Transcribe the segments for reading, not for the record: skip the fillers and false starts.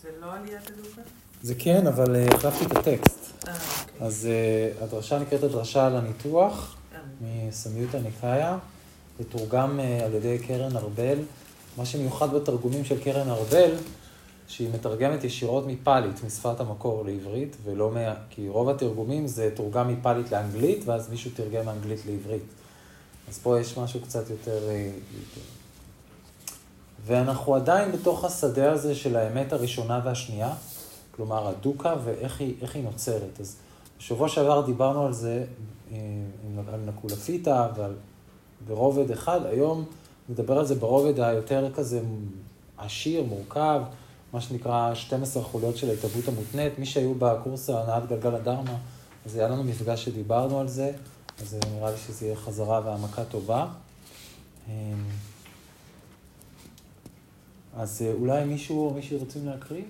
זה לא עליית הדוקה? זה כן, אבל החלפתי את הטקסט. אוקיי. אז הדרשה נקראת הדרשה על הניתוח, מסמיותא ניקאיה, ותורגם על ידי קרן ארבל. מה שמיוחד בתרגומים של קרן ארבל, שהיא מתרגמת ישירות מפאלית, משפת המקור לעברית, כי רוב התרגומים זה תורגם מפאלית לאנגלית, ואז מישהו תרגם מאנגלית לעברית. אז פה יש משהו קצת יותר... ואנחנו עדיין בתוך השדה הזה של האמת הראשונה והשנייה, כלומר הדוקה ואיך היא נוצרת. אז בשבוע שעבר דיברנו על זה, על נקולפיתא ברובד אחד, היום נדבר על זה ברובד היותר כזה עשיר, מורכב, מה שנקרא 12 חוליות של ההתהוות המותנית. מי שהיו בקורס הנעת גלגל הדרמה, אז היה לנו מפגש שדיברנו על זה, אז נראה לי שזה יהיה חזרה והעמקה טובה. אז אולי מישהו או מישהו רוצים להקריא?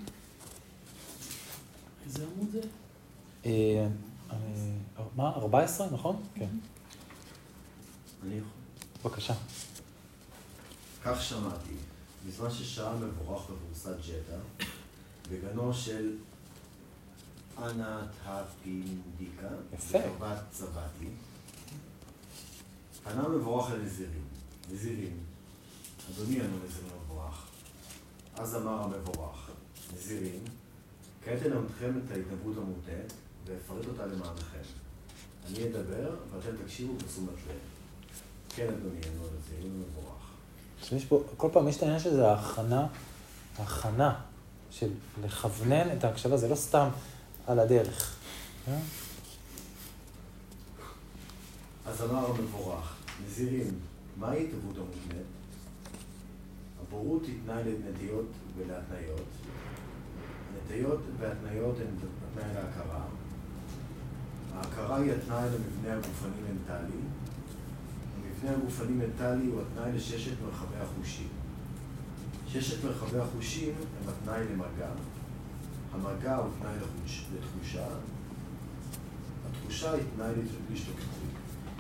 איזה עמוד זה? מה? 14, נכון? כן. אני יכול. בבקשה. כך שמעתי, בזמן ששעה מבורך בבורסת ג'טה, בגנו של אנאטהפינדיקה, בקרבת צבתי, פנה מבורך לנזירים. נזירים, אדוני אנו נזיר מבורך. אז אמר המבורך, נזירים, כעת אלמדכם את ההתנבאות המוטעת, ואפרט אותה למענכם. אני אדבר, ואתם תקשיבו בתשומת לב. כן, אדוני, אנו נזירים מבורך. יש פה, כל פעם יש את העניין שזה ההכנה של לכוונן את ההקשבה, זה לא סתם על הדרך. אז אמר המבורך, נזירים, מהי ההתהוות המותנית? הבורות היא תנאי לנטיות ולהתניות. הנטיות והתניות הן תנאי להכרה. ההכרה היא התנאי למבנה הגופני-מנטלי. המבנה הגופני-מנטלי הוא התנאי לששת מרחבי החושים. ששת מרחבי החושים הם התנאי למגע. המגע הוא תנאי לתחושה. התחושה היא תנאי להשתוקקות.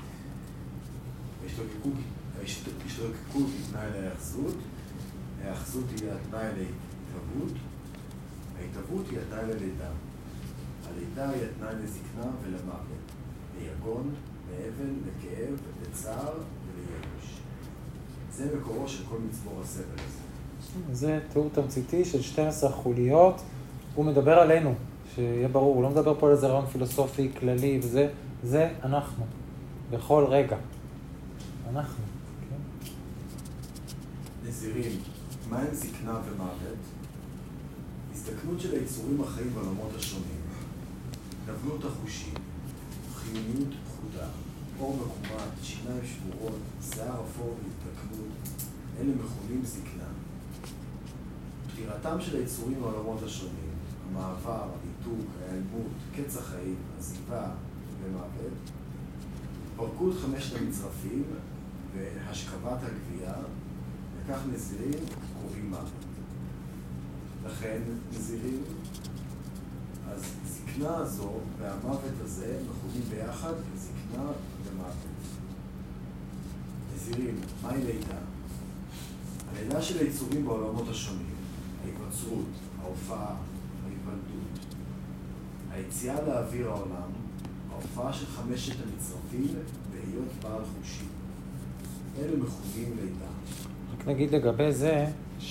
ההשתוקקות היא תנאי להיאחזות. ההיאחזות היא התנאי להתהוות. ההתהוות היא התנאי ללידה. הלידה היא התנאי לזקנה ולמוות, ליגון, לאבן, לכאב, לצער ולייאוש. זה מקורו של כל מצבור הסבל הזה. זה תיאור תמציתי של 12 חוליות. הוא מדבר עלינו, שיהיה ברור. הוא לא מדבר פה על איזה רעיון פילוסופי כללי, וזה זה אנחנו, בכל רגע. אנחנו, כן? נזירים, מהם זקנה ומוות? הזדקנות של היצורים החיים בעולמות השונים, נבלות החושים, חיוניות פחודה, אור מקומט, שיניים שבורות, שיער אפור והתקנות, אלה מכונים זקנה. פטירתם של היצורים בעולמות השונים, המעבר, הניתוק, ההיעלמות, קץ החיים, עזיבה ומוות, התפרקות חמשת המצרפים והשכבת הגבייה, וכך נזירים קוראים מוות. לכן נזירים, אז זקנה הזו והמוות הזה מכונים ביחד כזקנה ומוות. נזירים, מהי לידה? הלידה של היצורים בעולמות השונים, ההיווצרות, ההופעה, ההיוולדות, היציאה לאוויר העולם, ההופעה של חמשת המצרפים והיות בעל חושים. אלו מכונים לידה. רק נגיד לגבי זה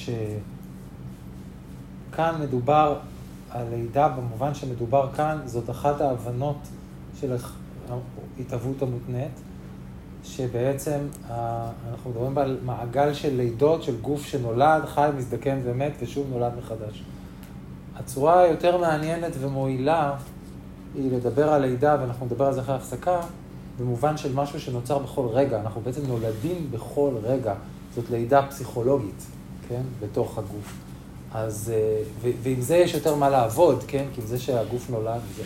שכאן מדובר על לידה, במובן שמדובר כאן, זאת אחת ההבנות של ההתהוות המותנית, שבעצם אנחנו מדברים על מעגל של לידות, של גוף שנולד, חי, מזדקן ומת, ושוב נולד מחדש. הצורה היותר מעניינת ומועילה היא לדבר על לידה, ואנחנו נדבר על זה אחרי הפסקה, במובן של משהו שנוצר בכל רגע. אנחנו בעצם נולדים בכל רגע. זאת לידה פסיכולוגית, כן? בתוך הגוף. אז, ועם זה יש יותר מה לעבוד, כן? כי עם זה שהגוף נולד וזה.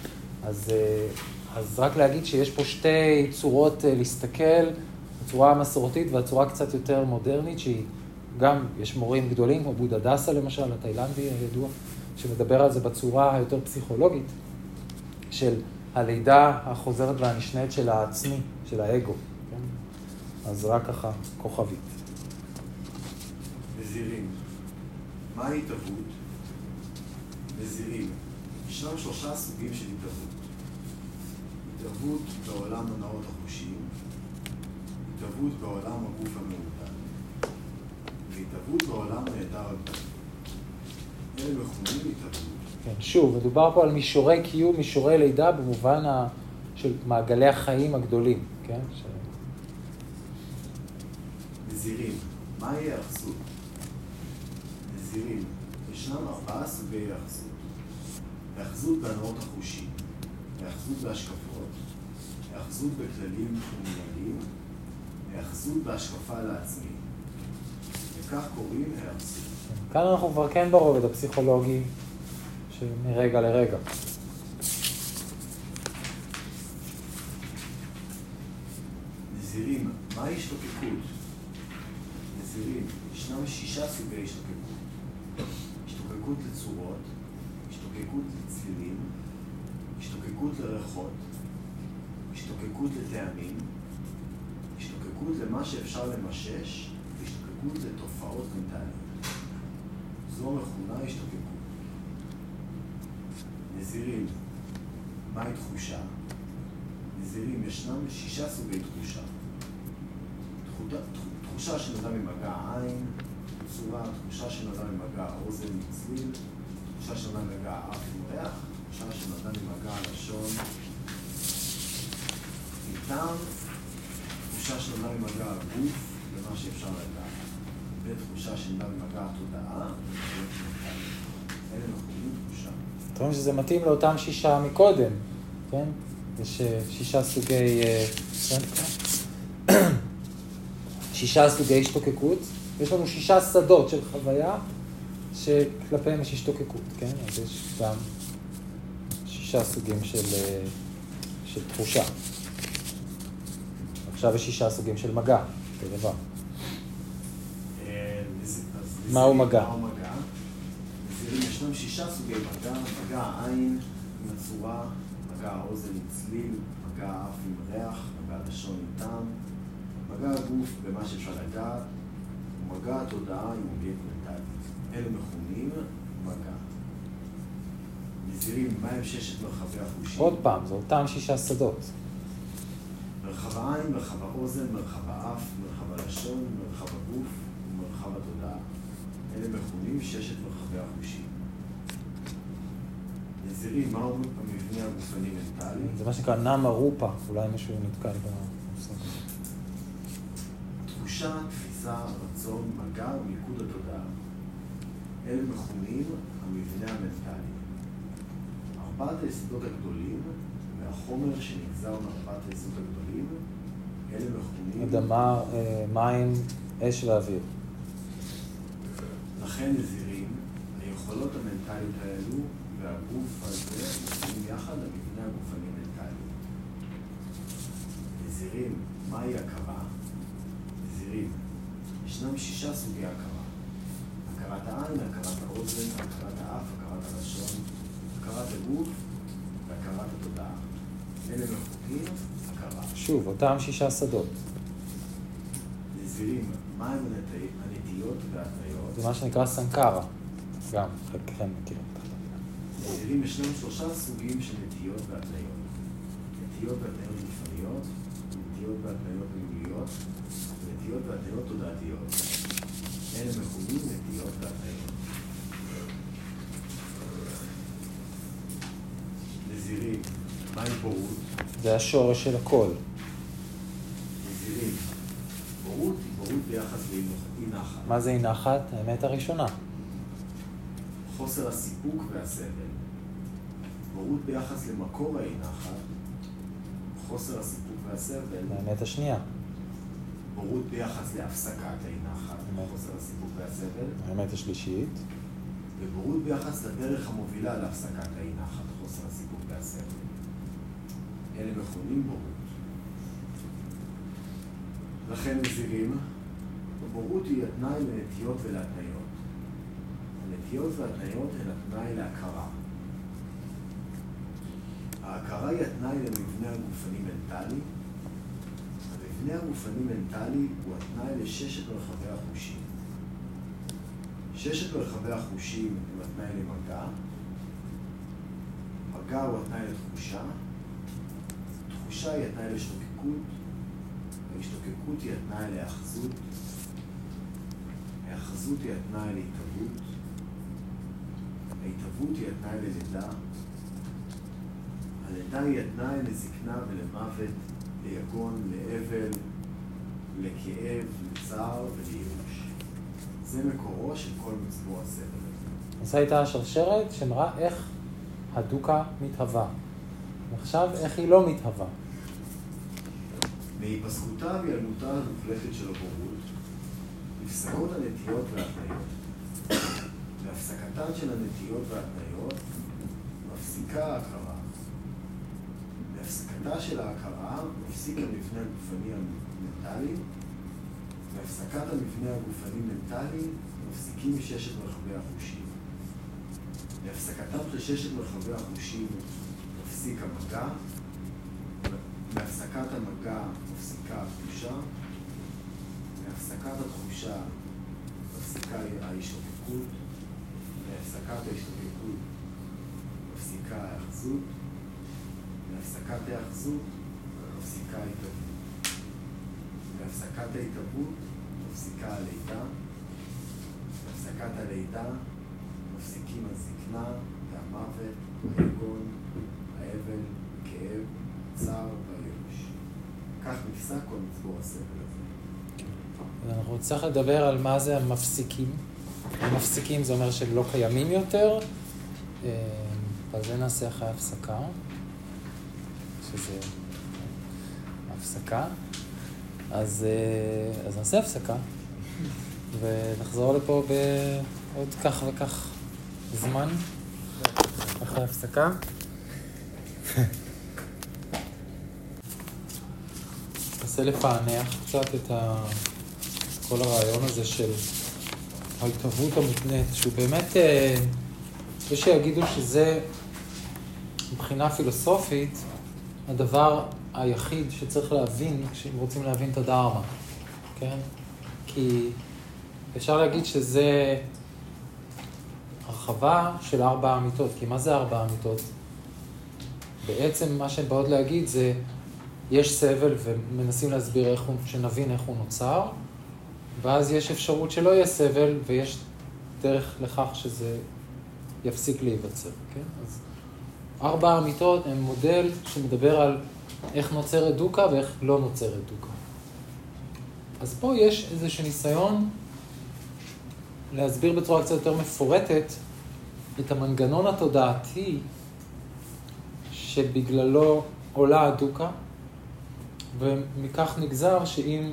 אז רק להגיד שיש פה שתי צורות להסתכל, הצורה המסורתית והצורה קצת יותר מודרנית, שהיא גם, יש מורים גדולים, כמו בודה דסה למשל, התאילנדי הידוע, שמדבר על זה בצורה היותר פסיכולוגית, של הלידה החוזרת והנשנית של העצמי, של האגו. כן? אז רק ככה, כוכבית. נזירים, מהי התהוות? נזירים, ישנם 3 סוגים של התערבות. התערבות בעולם הנאות החושים, התערבות בעולם הגוף המעודן, והתערבות בעולם נהדר הגוף. אלה מכונים התערבות. כן, שוב, מדובר פה על מישורי קיום, מישורי לידה במובן של מעגלי החיים הגדולים, כן? נזירים, מהי היחסות? נזירים, ישנם 4 סוגי היחסות. היחסות בהנאות החושים, היחסות בהשקפות, היחסות בכללים ומנהגים, היחסות בהשקפה לעצמי. וכך קוראים היחסות. כאן אנחנו כבר כן ברובד הפסיכולוגי שמרגע לרגע. נזירים, מהי השתוקקות? נזירים, ישנם 6 סוגי השתוקקות. השתוקקות לצורות, השתוקקות לצלילים, השתוקקות לריחות, השתוקקות לטעמים, השתוקקות למה שאפשר למשש, והשתוקקות לתופעות מנטליות. זו מכונה השתוקקות. נזירים, מהי תחושה? נזירים, ישנם 6 סוגי תחושה. תחושה שנולדה ממגע עין, צורה, תחושה שנולדה ממגע אוזן מצליל, תחושה שנולדה ממגע אף עם ריח, תחושה שנולדה ממגע לשון עם טעם, תחושה שנולדה ממגע הגוף, במה שאפשר לדעת, ותחושה שנולדה ממגע התודעה, אלה מכונים תחושה. אתם רואים שזה מתאים לאותם 6 מקודם, כן? יש 6 סוגי... 6 סוגי השתוקקות. יש לנו 6 שדות של חוויה שכלפיהם יש השתוקקות, כן? אז יש גם 6 סוגים של תחושה. עכשיו יש 6 סוגים של מגע, זה דבר. מהו מגע? נזירים, ישנם 6 סוגי מגע, מגע העין עם הצורה, מגע האוזן עם צליל, מגע האף עם ריח, מגע לשון עם טעם, מגע הגוף במה שאפשר לגעת, ומגע התודעה עם אובייקט מנטלי. אלה מכונים מגע. נזירים, מהם 6 מרחבי החושים? עוד פעם, זה אותם 6 שדות. מרחב העין, מרחב האוזן, מרחב האף, מרחב הלשון, מרחב הגוף ומרחב התודעה. אלה מכונים 6 מרחבי החושים. נזירים, מהו המבנה הגופני מנטלי? זה מה שנקרא נאמה רופה, אולי מישהו נתקל במושג. תחושה, תפיסה, רצון, מגע ומיקוד התודעה. אלה מכונים המבנה המנטלי. 4 היסודות הגדולים והחומר שנגזר מ4 היסודות הגדולים, אלה מכונים... אדמה, מים, אש ואוויר. לכן נזירים, היכולות המנטליות האלו והגוף הזה מוצאים יחד למבנה הגופני מנטלי. נזירים, מהי הכרה? נזירים, ישנם 6 סוגי הכרה. הכרת העין, הכרת האוזן, הכרת האף, הכרת הלשון, הכרת הגוף והכרת התודעה. אלה מכונים הכרה. שוב, אותם 6 שדות. נזירים, מהם הנטיות וההתניות? זה מה שנקרא סנקרה. גם, חלקכם מכירים. נזירים, ישנם 3 סוגים של נטיות והתניות. נטיות והתניות גופניות, נטיות והתניות מילוליות, ונטיות והתניות תודעתיות. אלה מכונים נטיות והתניות. נזירים, מהי בורות? זה השורש של הכל. נזירים, בורות היא בורות ביחס לאי נחת. מה זה אי נחת? האמת הראשונה. חוסר הסיפוק והסבל. בורות ביחס למקור האי נחת, חוסר הסיפוק והסבל. האמת השנייה. בורות ביחס להפסקת האי נחת, חוסר הסיפוק והסבל. האמת השלישית. ובורות ביחס לדרך המובילה להפסקת האי נחת, חוסר הסיפוק והסבל. אלה מכונים בורות. לכן נזירים, הבורות היא התנאי לנטיות ולהתניות. הנטיות והתניות הן התנאי להכרה. ההכרה היא התנאי למבנה הגופני מנטלי. המבנה הגופני מנטלי הוא התנאי ל6 מרחבי החושים. 6 מרחבי החושים הם התנאי למגע, המגע הוא התנאי לתחושה, תחושה היא התנאי להשתוקקות, ההשתוקקות היא התנאי להאחזות, ההאחזות היא התנאי להתהוות, ההתהוות היא התנאי ללידה, הלידה היא התנאי לזקנה ולמוות, ליגון, לאבל, לכאב, לצער ולייאוש. זה מקורו של כל מצבור הסבל. אז הייתה השרשרת שמראה איך הדוקה מתהווה. ועכשיו איך היא לא מתהווה. מהיפסקותה והיעלמותה המוחלטת של הבורות, נפסקות הנטיות וההתניות. בהפסקתן של הנטיות וההתניות, מפסיקה ההכרה. בהפסקתה של ההכרה, מפסיק המבנה הגופני המנטלי. בהפסקת המבנה הגופני-מנטלי, מפסיקים מששת מרחבי החושים. בהפסקתם של ששת מרחבי החושים, מפסיק המגע. בהפסקת המגע, מפסיקה התחושה. בהפסקת התחושה, מפסיקה ההשתוקקות. בהפסקת ההשתוקקות, מפסיקה ההאחזות. בהפסקת ההאחזות, מפסיקה ההתהוות. בהפסקת ההתהוות, מפסיקה הלידה. בהפסקת הלידה, מפסיקים הזקנה, והמוות, היגון, האבל, כאב, צער והייאוש. כך נפסק כל מצבור הסבל הזה. אנחנו צריך לדבר על מה זה המפסיקים. המפסיקים זה אומר שהם לא קיימים יותר. אז זה נעשה אחרי הפסקה. שזה הפסקה. אז נעשה הפסקה. ונחזור לפה בעוד כך וכך זמן. אחרי הפסקה. ננסה לפענח קצת את כל הרעיון הזה של ההתהוות המותנית, שהוא באמת, יש שיגידו שזה מבחינה פילוסופית הדבר היחיד שצריך להבין כשהם רוצים להבין את הדרמה, כן? כי אפשר להגיד שזה הרחבה של 4 אמיתות, כי מה זה 4 אמיתות? בעצם מה שהן באות להגיד זה, יש סבל ומנסים להסביר שנבין איך הוא נוצר, ואז יש אפשרות שלא יהיה סבל, ויש דרך לכך שזה יפסיק להיווצר, כן? אז 4 אמיתות הן מודל שמדבר על איך נוצרת דוקה ואיך לא נוצרת דוקה. אז פה יש איזשהו ניסיון להסביר בצורה קצת יותר מפורטת את המנגנון התודעתי שבגללו עולה הדוקה, ומכך נגזר שאם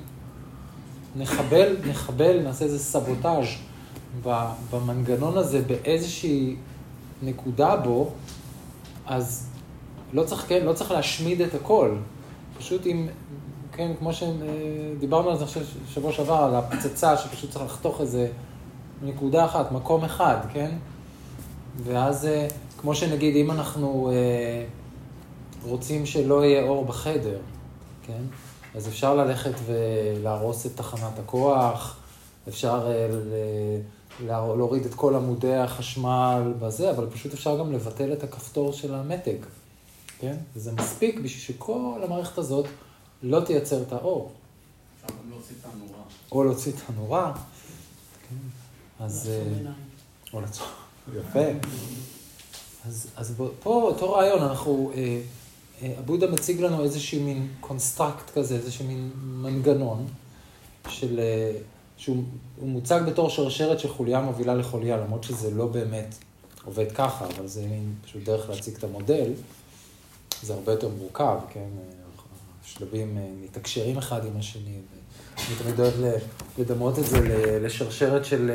נחבל, נעשה איזה סבוטאז' במנגנון הזה באיזושהי נקודה בו, אז לא צריך להשמיד את הכל. פשוט אם, כן, כמו שדיברנו על זה שבוע שעבר, על הפצצה שפשוט צריך לחתוך איזה נקודה אחת, מקום אחד, כן? ואז, כמו שנגיד, אם אנחנו רוצים שלא יהיה אור בחדר, כן? אז אפשר ללכת ולהרוס את תחנת הכוח, אפשר להוריד את כל עמודי החשמל בזה, אבל פשוט אפשר גם לבטל את הכפתור של המתג, כן? וזה מספיק בשביל שכל המערכת הזאת לא תייצר את האור. אפשר גם להוציא את הנורה. או להוציא את הנורה, כן? אז... או לעצור. יפה. אז פה אותו רעיון, אנחנו... הבודה מציג לנו איזשהו מין קונסטרקט כזה, איזשהו מין מנגנון, שהוא מוצג בתור שרשרת שחוליה מובילה לחוליה, למרות שזה לא באמת עובד ככה, אבל זה מין פשוט דרך להציג את המודל. זה הרבה יותר מורכב, כן? השלבים מתקשרים אחד עם השני, ואני תמיד אוהב לדמות את זה לשרשרת של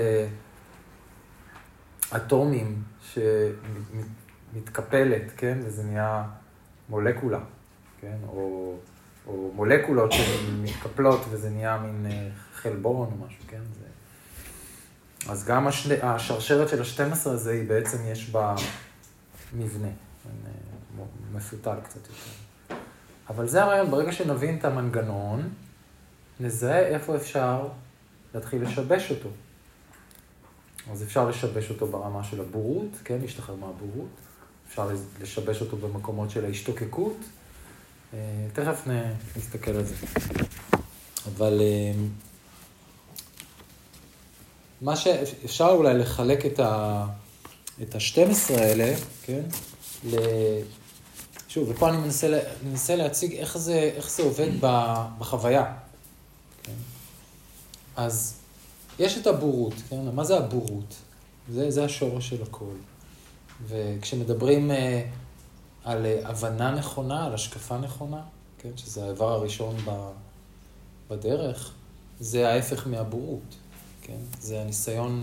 אטומים שמתקפלת, כן? וזה נהיה מולקולה, כן? או מולקולות שמתקפלות וזה נהיה מין חלבון או משהו, כן? אז גם השרשרת של ה-12 הזה היא בעצם יש בה מבנה, מפותל קצת יותר. אבל זה הרעיון, ברגע שנבין את המנגנון, נזהה איפה אפשר להתחיל לשבש אותו. אז אפשר לשבש אותו ברמה של הבורות, כן? להשתחרר מהבורות. אפשר לשבש אותו במקומות של ההשתוקקות. תכף נסתכל על זה. אבל מה שאפשר אולי לחלק את ה-12 האלה, כן? שוב, ופה אני מנסה להציג איך זה עובד בחוויה. כן? אז יש את הבורות, כן? מה זה הבורות? זה השורש של הכל. וכשמדברים על הבנה נכונה, על השקפה נכונה, כן? שזה האיבר הראשון בדרך, זה ההפך מהבורות, כן? זה הניסיון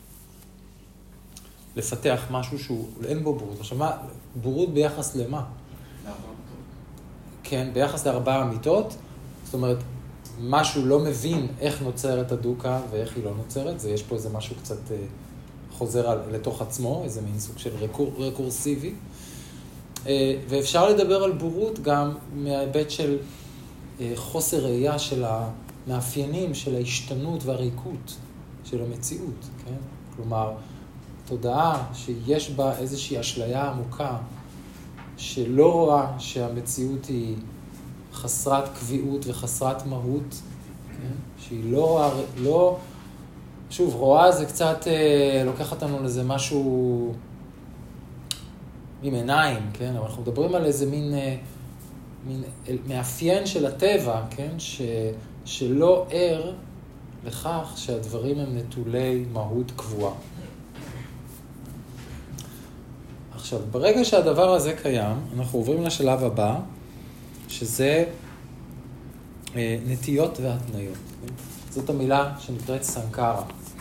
לפתח משהו שהוא, אין בו בורות. עכשיו, מה, בורות ביחס למה? כן, ביחס לארבע אמיתות, זאת אומרת, משהו לא מבין איך נוצרת הדוקה ואיך היא לא נוצרת, יש פה איזה משהו קצת חוזר לתוך עצמו, איזה מין סוג של רקורסיבי. ואפשר לדבר על בורות גם מההיבט של חוסר ראייה של המאפיינים, של ההשתנות והריקות של המציאות, כן? כלומר, תודעה שיש בה איזושהי אשליה עמוקה, שלא רואה שהמציאות היא חסרת קביעות וחסרת מהות, כן? שהיא לא, שוב, רואה זה קצת לוקח אותנו לזה משהו עם עיניים, כן? אבל אנחנו מדברים על איזה מין מאפיין של הטבע, כן? שלא ער לכך שהדברים הם נטולי מהות קבועה. עכשיו, ברגע שהדבר הזה קיים, אנחנו עוברים לשלב הבא, שזה נטיות והתניות. כן? זאת המילה שנקראת סנקרה.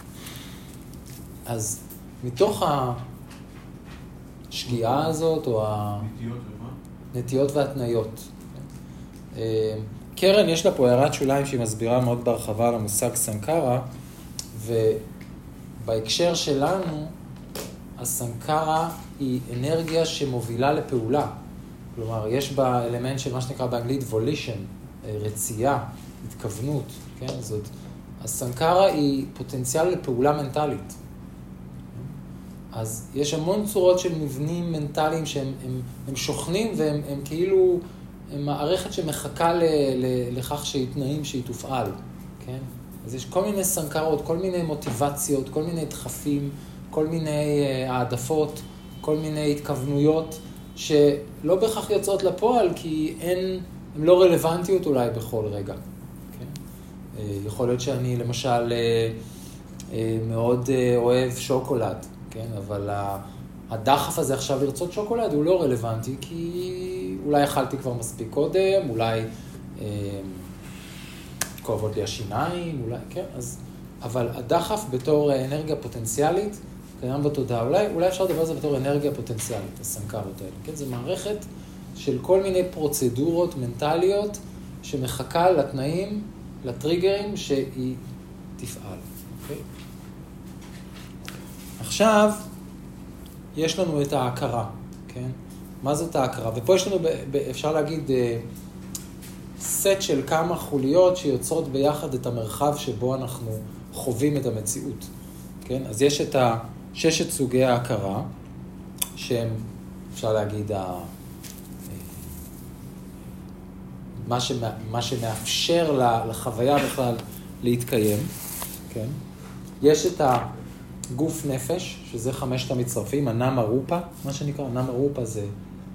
אז מתוך השגיאה הזאת, או נטיות ומה? נטיות והתניות. קרן, יש לה פה הערת שוליים שהיא מסבירה מאוד בהרחבה על המושג סנקרה, ובהקשר שלנו, הסנקרה היא אנרגיה שמובילה לפעולה. כלומר, יש בה אלמנט של מה שנקרא באנגלית volition, רצייה, התכוונות, כן? זאת, הסנקרה היא פוטנציאל לפעולה מנטלית. אז יש המון צורות של מבנים מנטליים שהם שוכנים והם כאילו, הם מערכת שמחכה לכך שהיא תנאים שהיא תופעל, כן? אז יש כל מיני סנקרות, כל מיני מוטיבציות, כל מיני דחפים, כל מיני העדפות, כל מיני התכוונויות שלא בהכרח יוצאות לפועל כי הן לא רלוונטיות אולי בכל רגע. כן? יכול להיות שאני למשל מאוד אוהב שוקולד, כן? אבל הדחף הזה עכשיו לרצות שוקולד הוא לא רלוונטי כי אולי אכלתי כבר מספיק קודם, אולי כואבות לי השיניים, אולי, כן? אז, אבל הדחף בתור אנרגיה פוטנציאלית קיים בתודעה. אולי אפשר לדבר על זה בתור אנרגיה פוטנציאלית, הסנקרות האלה. כן? זה מערכת של כל מיני פרוצדורות מנטליות שמחכה לתנאים, לטריגרים שהיא תפעל. אוקיי? עכשיו, יש לנו את ההכרה. כן? מה זאת ההכרה? ופה יש לנו, אפשר להגיד, סט של כמה חוליות שיוצרות ביחד את המרחב שבו אנחנו חווים את המציאות. כן? אז יש את ששת סוגי ההכרה, שהם, אפשר להגיד, מה שמאפשר לחוויה בכלל להתקיים. כן? יש את הגוף נפש, שזה 5 המצטרפים, הנמה רופה, מה שנקרא, הנמה רופה זה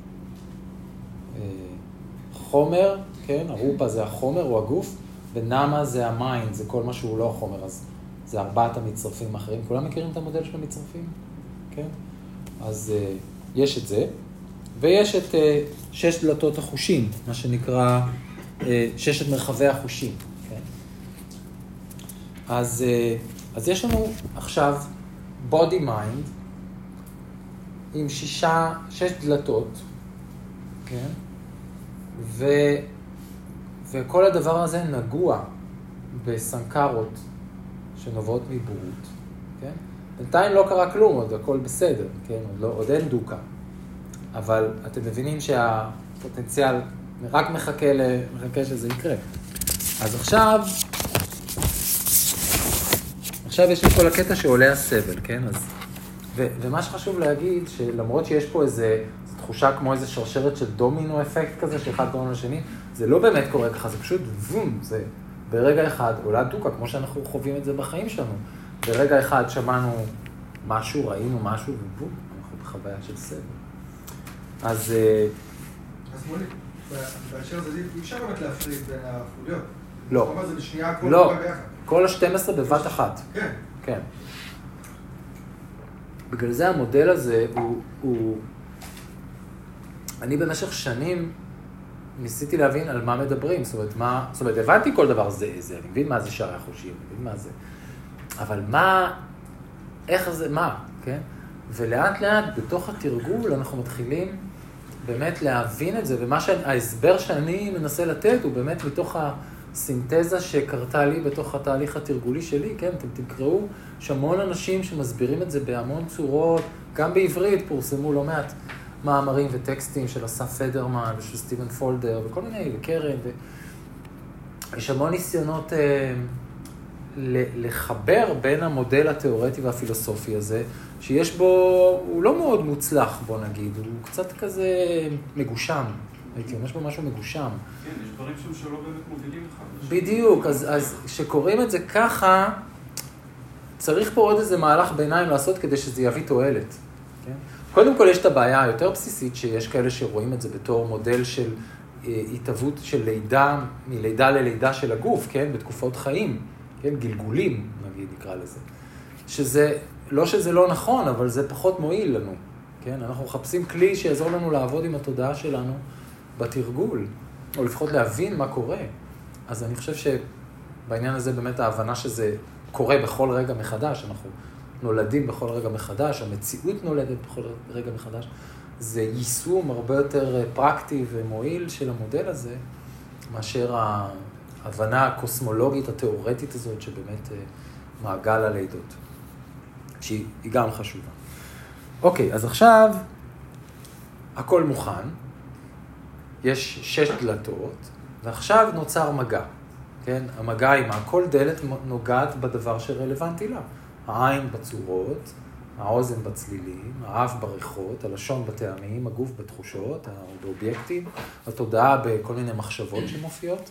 חומר, כן? הרופה זה החומר או הגוף, ונמה זה המיינד, זה כל מה שהוא לא החומר, אז זה 4 המצטרפים האחרים. כולם מכירים את המודל של המצטרפים? כן? אז יש את זה, ויש את 6 דלתות החושים, מה שנקרא 6 מרחבי החושים. כן? אז יש לנו עכשיו body mind עם 6 דלתות, כן? וכל הדבר הזה נגוע בסנקרות שנובעות מבורות, כן? בינתיים לא קרה כלום, עוד הכל בסדר, כן? עוד אין דוקה. אבל אתם מבינים שהפוטנציאל רק מחכה שזה יקרה. אז עכשיו יש לי כל הקטע שעולה הסבל, כן? אז ומה שחשוב להגיד, שלמרות שיש פה איזה תחושה כמו איזה שרשרת של דומינו אפקט כזה, שאחד גורם לשני, זה לא באמת קורה ככה, זה פשוט וום, זה ברגע אחד עולה דוקה, כמו שאנחנו חווים את זה בחיים שלנו. ברגע אחד שמענו משהו, ראינו משהו, ובום, אנחנו בחוויה של סבל. אז מולי, בהקשר הזה, אי אפשר באמת להפריד בין החוליות. לא. זאת אומרת, זה בשנייה הכל לא, קורה ביחד. כל ה-12 בבת אחת. כן. כן. בגלל זה המודל הזה הוא... אני במשך שנים ניסיתי להבין על מה מדברים, זאת אומרת, הבנתי כל דבר זה, אני מבין מה זה שערי החושים, אני מבין מה זה. אבל מה, איך זה, מה, כן? ולאט לאט בתוך התרגול אנחנו מתחילים באמת להבין את זה, ההסבר שאני מנסה לתת הוא באמת מתוך הסינתזה שקרתה לי בתוך התהליך התרגולי שלי, כן? אתם תקראו שהמון אנשים שמסבירים את זה בהמון צורות, גם בעברית פורסמו לא מעט מאמרים וטקסטים של אסף פדרמן ושל סטיבן פולדר וכל מיני, וקרן, יש המון ניסיונות לחבר בין המודל התיאורטי והפילוסופי הזה, שיש בו, הוא לא מאוד מוצלח, בוא נגיד, הוא קצת כזה מגושם, הייתי אומר, יש בו משהו מגושם. כן, יש דברים שם שלא באמת מובילים לך. בדיוק, אז כשקוראים את זה ככה, צריך פה עוד איזה מהלך ביניים לעשות כדי שזה יביא תועלת. כן? קודם כל יש את הבעיה היותר בסיסית, שיש כאלה שרואים את זה בתור מודל של התהוות של לידה, מלידה ללידה של הגוף, כן? בתקופות חיים, כן? גלגולים, נגיד, נקרא לזה. שזה, לא שזה לא נכון, אבל זה פחות מועיל לנו, כן? אנחנו מחפשים כלי שיעזור לנו לעבוד עם התודעה שלנו בתרגול, או לפחות להבין מה קורה. אז אני חושב שבעניין הזה באמת ההבנה שזה קורה בכל רגע מחדש, אנחנו נולדים בכל רגע מחדש, המציאות נולדת בכל רגע מחדש, זה יישום הרבה יותר פרקטי ומועיל של המודל הזה, מאשר ההבנה הקוסמולוגית, התיאורטית הזאת, שבאמת מעגל הלידות, שהיא גם חשובה. אוקיי, אז עכשיו הכל מוכן, יש 6 דלתות, ועכשיו נוצר מגע, כן? המגע עם כל דלת נוגעת בדבר שרלוונטי לה. העין בצורות, האוזן בצלילים, האף בריחות, הלשון בטעמים, הגוף בתחושות, באובייקטים, התודעה בכל מיני מחשבות שמופיעות.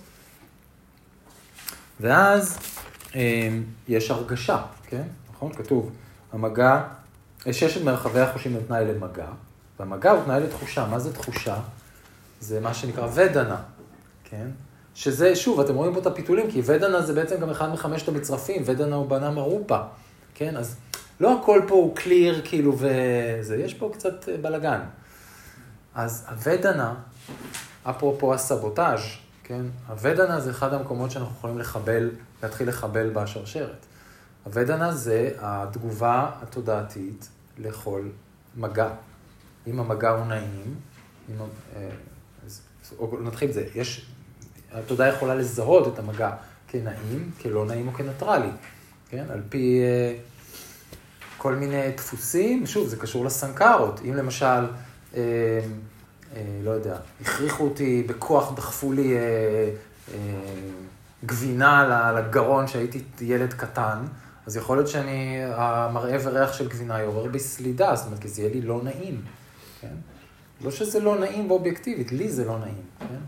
ואז יש הרגשה, כן? נכון? כתוב, המגע, 6 מרחבי החושים הם תנאי למגע, והמגע הוא תנאי לתחושה. מה זה תחושה? זה מה שנקרא ודנה, כן? שזה, שוב, אתם רואים פה את הפיתולים, כי ודנה זה בעצם גם אחד מ5 המצרפים, ודנה הוא בנה מרופה, כן? אז לא הכל פה הוא קליר, כאילו, וזה, יש פה קצת בלגן. אז הוודנה, אפרופו הסבוטאז', כן? הוודנה זה אחד המקומות שאנחנו יכולים להתחיל לחבל בשרשרת. הוודנה זה התגובה התודעתית לכל מגע. אם המגע הוא נעים, או נתחיל את זה, התודעה יכולה לזהות את המגע כנעים, כלא נעים או כנטרלי, כן? על פי כל מיני דפוסים, שוב, זה קשור לסנקרות. אם למשל, לא יודע, הכריחו אותי בכוח, דחפו לי גבינה לגרון שהייתי ילד קטן, אז יכול להיות המראה וריח של גבינה יעורר בי סלידה, זאת אומרת, כי זה יהיה לי לא נעים, כן? לא שזה לא נעים באובייקטיבית, לי זה לא נעים, כן?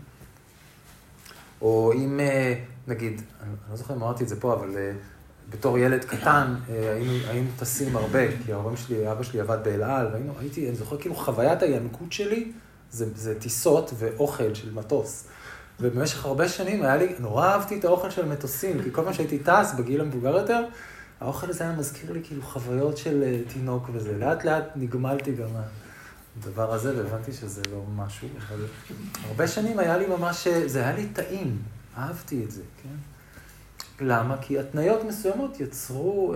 או אם, נגיד, אני לא זוכר אם אמרתי את זה פה, אבל בתור ילד קטן היינו טסים הרבה, כי אבא שלי עבד באל על, אני זוכר כאילו חוויית הינקות שלי, זה טיסות ואוכל של מטוס. ובמשך הרבה שנים נורא אהבתי את האוכל של מטוסים, כי כל מה שהייתי טס בגיל המבוגר יותר, האוכל הזה היה מזכיר לי כאילו חוויות של תינוק וזה. לאט לאט נגמלתי גם הדבר הזה, והבנתי שזה לא משהו. אבל הרבה שנים היה לי ממש, זה היה לי טעים, אהבתי את זה, כן? למה? כי התניות מסוימות יצרו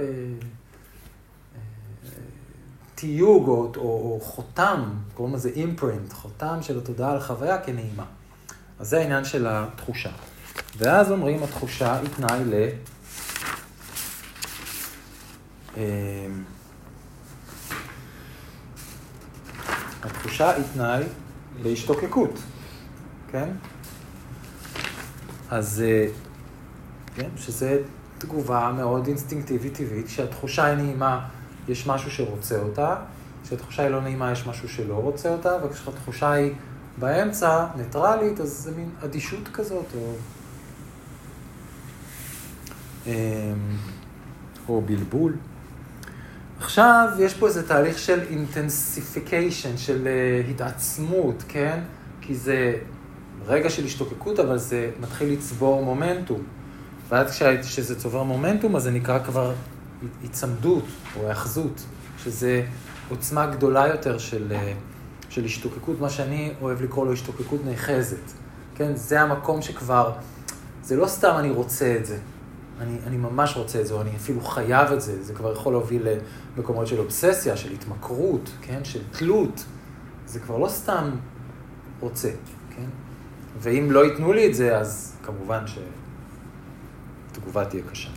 תיוג או חותם, קוראים לזה imprint, חותם של התודעה על חוויה כנעימה. אז זה העניין של התחושה. ואז אומרים, התחושה היא תנאי התחושה היא תנאי להשתוקקות, כן? אז, כן, שזה תגובה מאוד אינסטינקטיבית טבעית, שהתחושה היא נעימה יש משהו שרוצה אותה, כשהתחושה היא לא נעימה יש משהו שלא רוצה אותה, וכשהתחושה היא באמצע, ניטרלית, אז זה מין אדישות כזאת, או בלבול. עכשיו יש פה איזה תהליך של intensification, של התעצמות, כן? כי זה רגע של השתוקקות, אבל זה מתחיל לצבור מומנטום. ואז כשזה צובר מומנטום, אז זה נקרא כבר הצמדות או האחזות, שזה עוצמה גדולה יותר של השתוקקות, מה שאני אוהב לקרוא לו השתוקקות נאחזת. כן? זה המקום שכבר, זה לא סתם אני רוצה את זה. אני ממש רוצה את זה, או אני אפילו חייב את זה. זה כבר יכול להוביל למקומות של אובססיה, של התמכרות, כן? של תלות. זה כבר לא סתם רוצה, כן? ואם לא ייתנו לי את זה, אז כמובן שהתגובה תהיה קשה.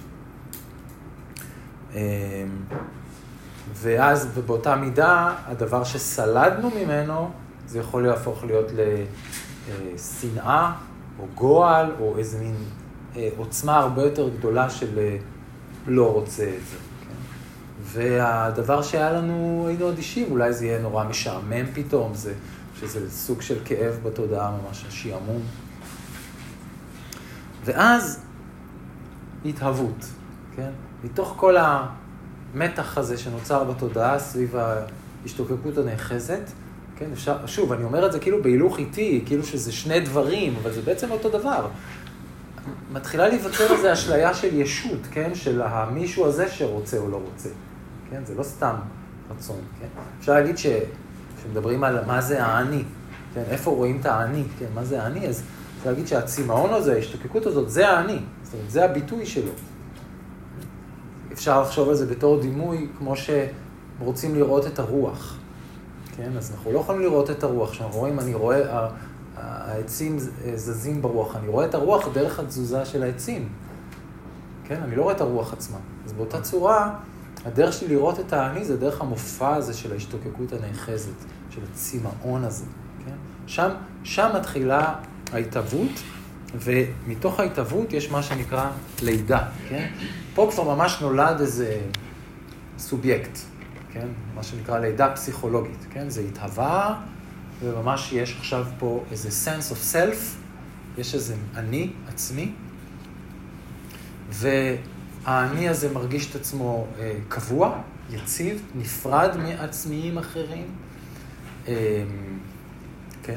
ואז באותה מידה, הדבר שסלדנו ממנו, זה יכול להפוך להיות לשנאה, או גועל, או איזה מין עוצמה הרבה יותר גדולה של לא רוצה את זה. כן? והדבר שהיה לנו, היינו אדישים, אולי זה יהיה נורא משעמם פתאום, שזה סוג של כאב בתודעה, ממש שיעמום. ואז התהוות, כן? מתוך כל המתח הזה שנוצר בתודעה סביב ההשתוקקות הנאחזת, כן? אפשר, שוב, אני אומר את זה כאילו בהילוך איטי, כאילו שזה שני דברים, אבל זה בעצם אותו דבר. מתחילה להיווצר איזו אשליה של ישות, כן? של המישהו הזה שרוצה או לא רוצה. כן? זה לא סתם רצון, כן? אפשר להגיד שמדברים על מה זה האני, כן? איפה רואים את האני, כן? מה זה האני? אז אפשר להגיד שהצמאון הזה, ההשתוקקות הזאת, זה האני. זאת אומרת, זה הביטוי שלו. אפשר לחשוב על זה בתור דימוי, כמו שרוצים לראות את הרוח. כן? אז אנחנו לא יכולים לראות את הרוח. כשאנחנו רואים, אני רואה, העצים זזים ברוח. אני רואה את הרוח דרך התזוזה של העצים. כן? אני לא רואה את הרוח עצמה. אז באותה צורה, הדרך שלי לראות את האני זה דרך המופע הזה של ההשתוקקות הנאחזת, של הצמאון הזה. כן? שם מתחילה ההתהוות, ומתוך ההתהוות יש מה שנקרא לידה. כן? פה כבר ממש נולד איזה סובייקט, כן? מה שנקרא לידה פסיכולוגית. כן? זה התהווה, וממש יש עכשיו פה איזה sense of self, יש איזה אני עצמי, והאני הזה מרגיש את עצמו קבוע, יציב, נפרד מעצמיים אחרים. כן?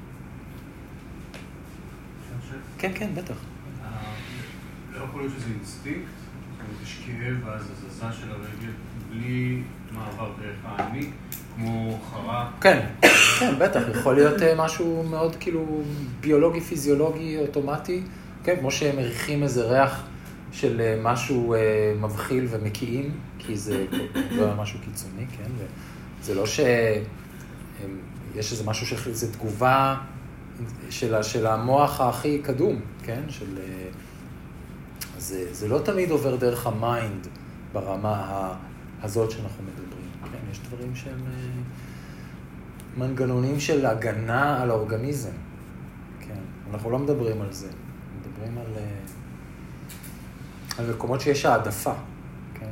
כן, כן, בטח. לא יכול להיות שזה אינסטינקט, יש כאב ואז הזזה של הרגל בלי מעבר דרך האני, כמו חרה. כן, כן, בטח, יכול להיות משהו מאוד כאילו ביולוגי, פיזיולוגי, אוטומטי, כן, כמו שהם מריחים איזה ריח של משהו מבחיל ומקיאים, כי זה לא משהו קיצוני, כן, וזה לא שיש איזה משהו שזה תגובה של המוח הכי קדום, כן, זה לא תמיד עובר דרך המיינד ברמה הזאת שאנחנו מדברים, כן, יש דברים שהם מנגנונים של הגנה על האורגניזם, כן, אנחנו לא מדברים על זה, מדברים על מקומות שיש העדפה, כן.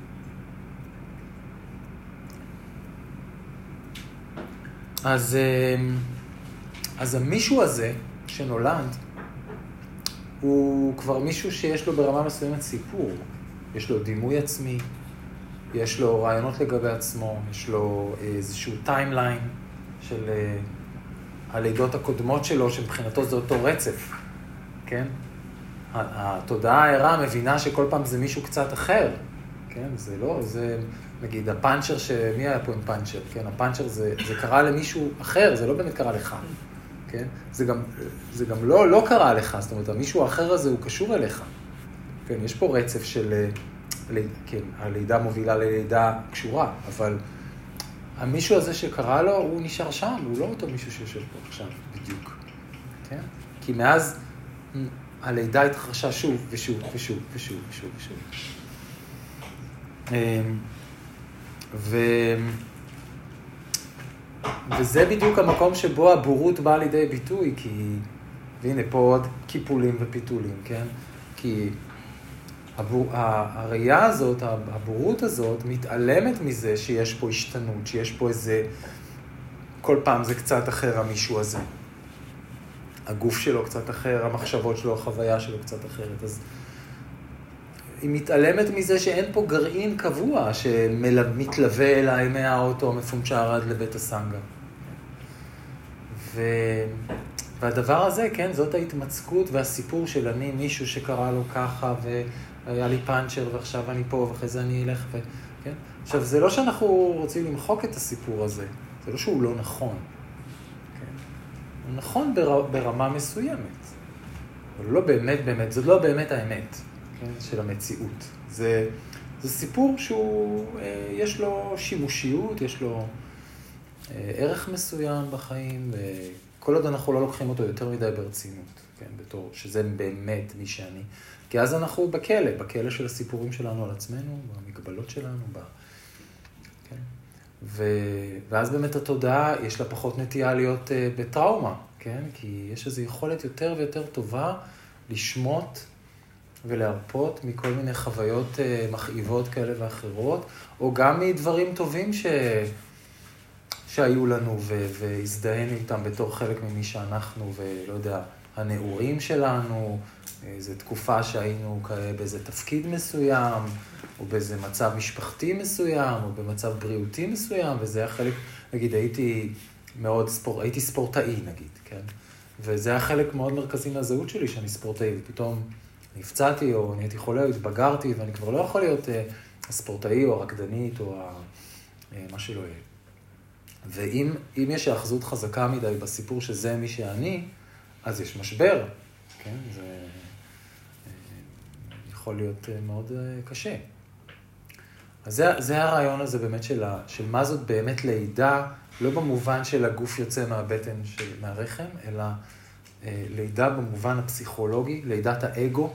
אז המישהו הזה שנולד, הוא כבר מישהו שיש לו ברמה מסוימת סיפור. יש לו דימוי עצמי, יש לו רעיונות לגבי עצמו, יש לו איזשהו טיימליין של הלידות הקודמות שלו, שמבחינתו זה אותו רצף, כן? התודעה הערה מבינה שכל פעם זה מישהו קצת אחר, כן? זה לא, זה, נגיד, הפאנצ'ר מי היה פה עם פאנצ'ר, כן? הפאנצ'ר זה קרה למישהו אחר, זה לא באמת קרה לך, כן? זה גם לא קרה לך, זאת אומרת, המישהו האחר הזה הוא קשור אליך, כן? יש פה רצף של, כן, הלידה מובילה ללידה קשורה, אבל המישהו הזה שקרה לו, הוא נשאר שם, הוא לא אותו מישהו שיושב פה עכשיו, בדיוק, כן? כי מאז הלידה התרחשה שוב ושוב ושוב ושוב ושוב ושוב. וזה בדיוק המקום שבו הבורות באה לידי ביטוי, כי, והנה פה עוד קיפולים ופיתולים, כן? כי הראייה הזאת, הבורות הזאת, מתעלמת מזה שיש פה השתנות, שיש פה איזה, כל פעם זה קצת אחר המישהו הזה. הגוף שלו קצת אחר, המחשבות שלו, החוויה שלו קצת אחרת. אז היא מתעלמת מזה שאין פה גרעין קבוע שמתלווה אליי מהאוטו המפונצ'ר עד לבית הסנגה. והדבר הזה, כן, זאת ההתמצקות והסיפור של אני, מישהו שקרא לו ככה, והיה לי פאנצ'ר, ועכשיו אני פה, ואחרי זה אני אלך, כן? עכשיו, זה לא שאנחנו רוצים למחוק את הסיפור הזה, זה לא שהוא לא נכון. כן? הוא נכון ברמה מסוימת, אבל לא באמת, זאת לא באמת האמת, כן? של המציאות. זה סיפור שהוא, יש לו שימושיות, יש לו ערך מסוים בחיים, כל עוד אנחנו לא לוקחים אותו יותר מדי ברצינות, כן, בתור שזה באמת מי שאני. כי אז אנחנו בכלא של הסיפורים שלנו על עצמנו, במגבלות שלנו, כן. ואז באמת התודעה, יש לה פחות נטייה להיות בטראומה, כן, כי יש איזו יכולת יותר ויותר טובה לשמוט ולהרפות מכל מיני חוויות מכאיבות כאלה ואחרות, או גם מדברים טובים שהיו לנו והזדהינו איתם בתור חלק ממי שאנחנו, ולא יודע, הנעורים שלנו, איזו תקופה שהיינו באיזה תפקיד מסוים, או באיזה מצב משפחתי מסוים, או במצב בריאותי מסוים, וזה היה חלק, נגיד, הייתי ספורטאי, נגיד, כן? וזה היה חלק מאוד מרכזי מהזהות שלי, שאני ספורטאי, ופתאום נפצעתי, או נהייתי חולה, או התבגרתי, ואני כבר לא יכול להיות הספורטאי, או הרקדנית, או מה שלא יהיה. ואם יש האחזות חזקה מדי בסיפור שזה מי שאני, אז יש משבר, כן? זה יכול להיות מאוד קשה. אז זה הרעיון הזה באמת של מה זאת באמת לידה, לא במובן של הגוף יוצא מהבטן מהרחם, אלא לידה במובן הפסיכולוגי, לידת האגו,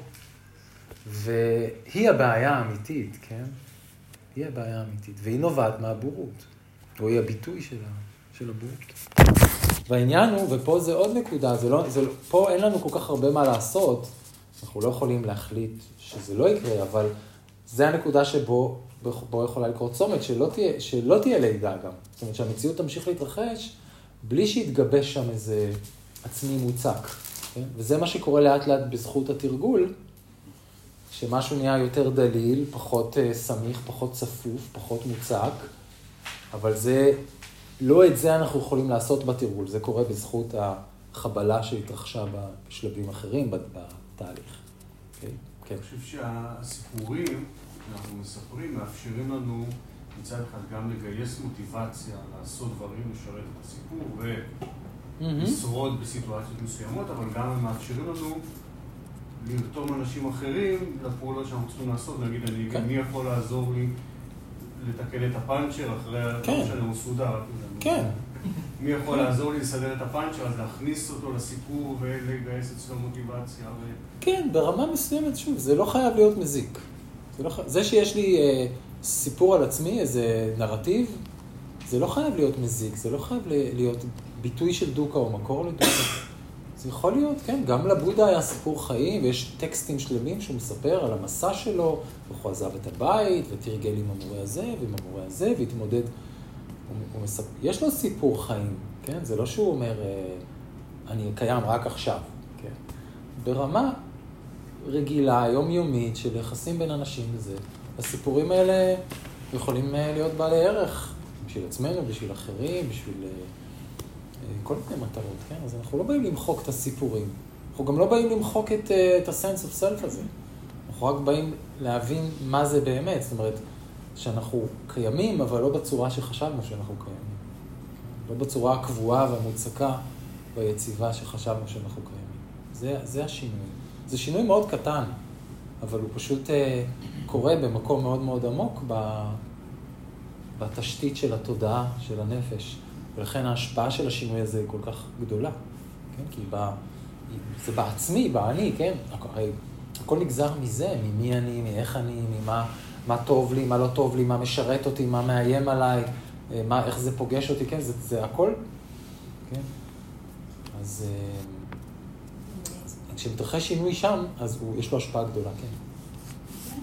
והיא הבעיה האמיתית, כן? היא הבעיה האמיתית, והיא נובעת מהבורות. או היא הביטוי של הבורות. והעניין הוא, ופה זה עוד נקודה, פה אין לנו כל כך הרבה מה לעשות, אנחנו לא יכולים להחליט שזה לא יקרה, אבל זה הנקודה שבו יכולה לקרות צומת, שלא תהיה לידה גם. זאת אומרת שהמציאות תמשיך להתרחש, בלי שיתגבש שם איזה עצמי מוצק. כן? וזה מה שקורה לאט לאט בזכות התרגול, שמשהו נהיה יותר דליל, פחות סמיך, פחות צפוף, פחות מוצק, אבל לא את זה אנחנו יכולים לעשות בתרגול, זה קורה בזכות החבלה שהתרחשה בשלבים אחרים בתהליך. אני חושב שהסיפורים שאנחנו מספרים מאפשרים לנו מצד אחד גם לגייס מוטיבציה, לעשות דברים, לשרת את הסיפור ולשרוד בסיטואציות מסוימות, אבל גם הם מאפשרים לנו לרתום אנשים אחרים לפעולות שאנחנו צריכים לעשות, להגיד, מי יכול לעזור לי לתקן את הפאנצ'ר אחרי הדבר שלנו סודר. כן. מי יכול לעזור לי לסדר את הפאנצ'ר, אז להכניס אותו לסיפור ולגייס אצלו מוטיבציה. כן, ברמה מסוימת, שוב, זה לא חייב להיות מזיק. זה שיש לי סיפור על עצמי, איזה נרטיב, זה לא חייב להיות מזיק, זה לא חייב להיות ביטוי של דוקה או מקור לדוקה. זה יכול להיות, כן, גם לבודה היה סיפור חיים, ויש טקסטים שלמים שהוא מספר על המסע שלו, איך הוא עזב את הבית, ותרגל עם המורה הזה, ועם המורה הזה, והתמודד. יש לו סיפור חיים, כן? זה לא שהוא אומר, אני קיים רק עכשיו, כן? ברמה רגילה, יומיומית, של יחסים בין אנשים וזה, הסיפורים האלה יכולים להיות בעלי ערך, בשביל עצמנו, בשביל אחרים, בשביל כל מיני מטרות, כן? אז אנחנו לא באים למחוק את הסיפורים. אנחנו גם לא באים למחוק את ה-sense of self הזה. אנחנו רק באים להבין מה זה באמת. זאת אומרת, שאנחנו קיימים, אבל לא בצורה שחשבנו שאנחנו קיימים. לא בצורה הקבועה והמוצקה והיציבה שחשבנו שאנחנו קיימים. זה השינוי. זה שינוי מאוד קטן, אבל הוא פשוט קורה במקום מאוד מאוד עמוק בתשתית של התודעה, של הנפש. ולכן ההשפעה של השינוי הזה היא כל כך גדולה, כן? כי זה בעצמי, באני, כן? הכל נגזר מזה, ממי אני, מאיך אני, מה טוב לי, מה לא טוב לי, מה משרת אותי, מה מאיים עליי, איך זה פוגש אותי, כן? זה הכל, כן? אז כשמתרחש שינוי שם, אז יש לו השפעה גדולה, כן?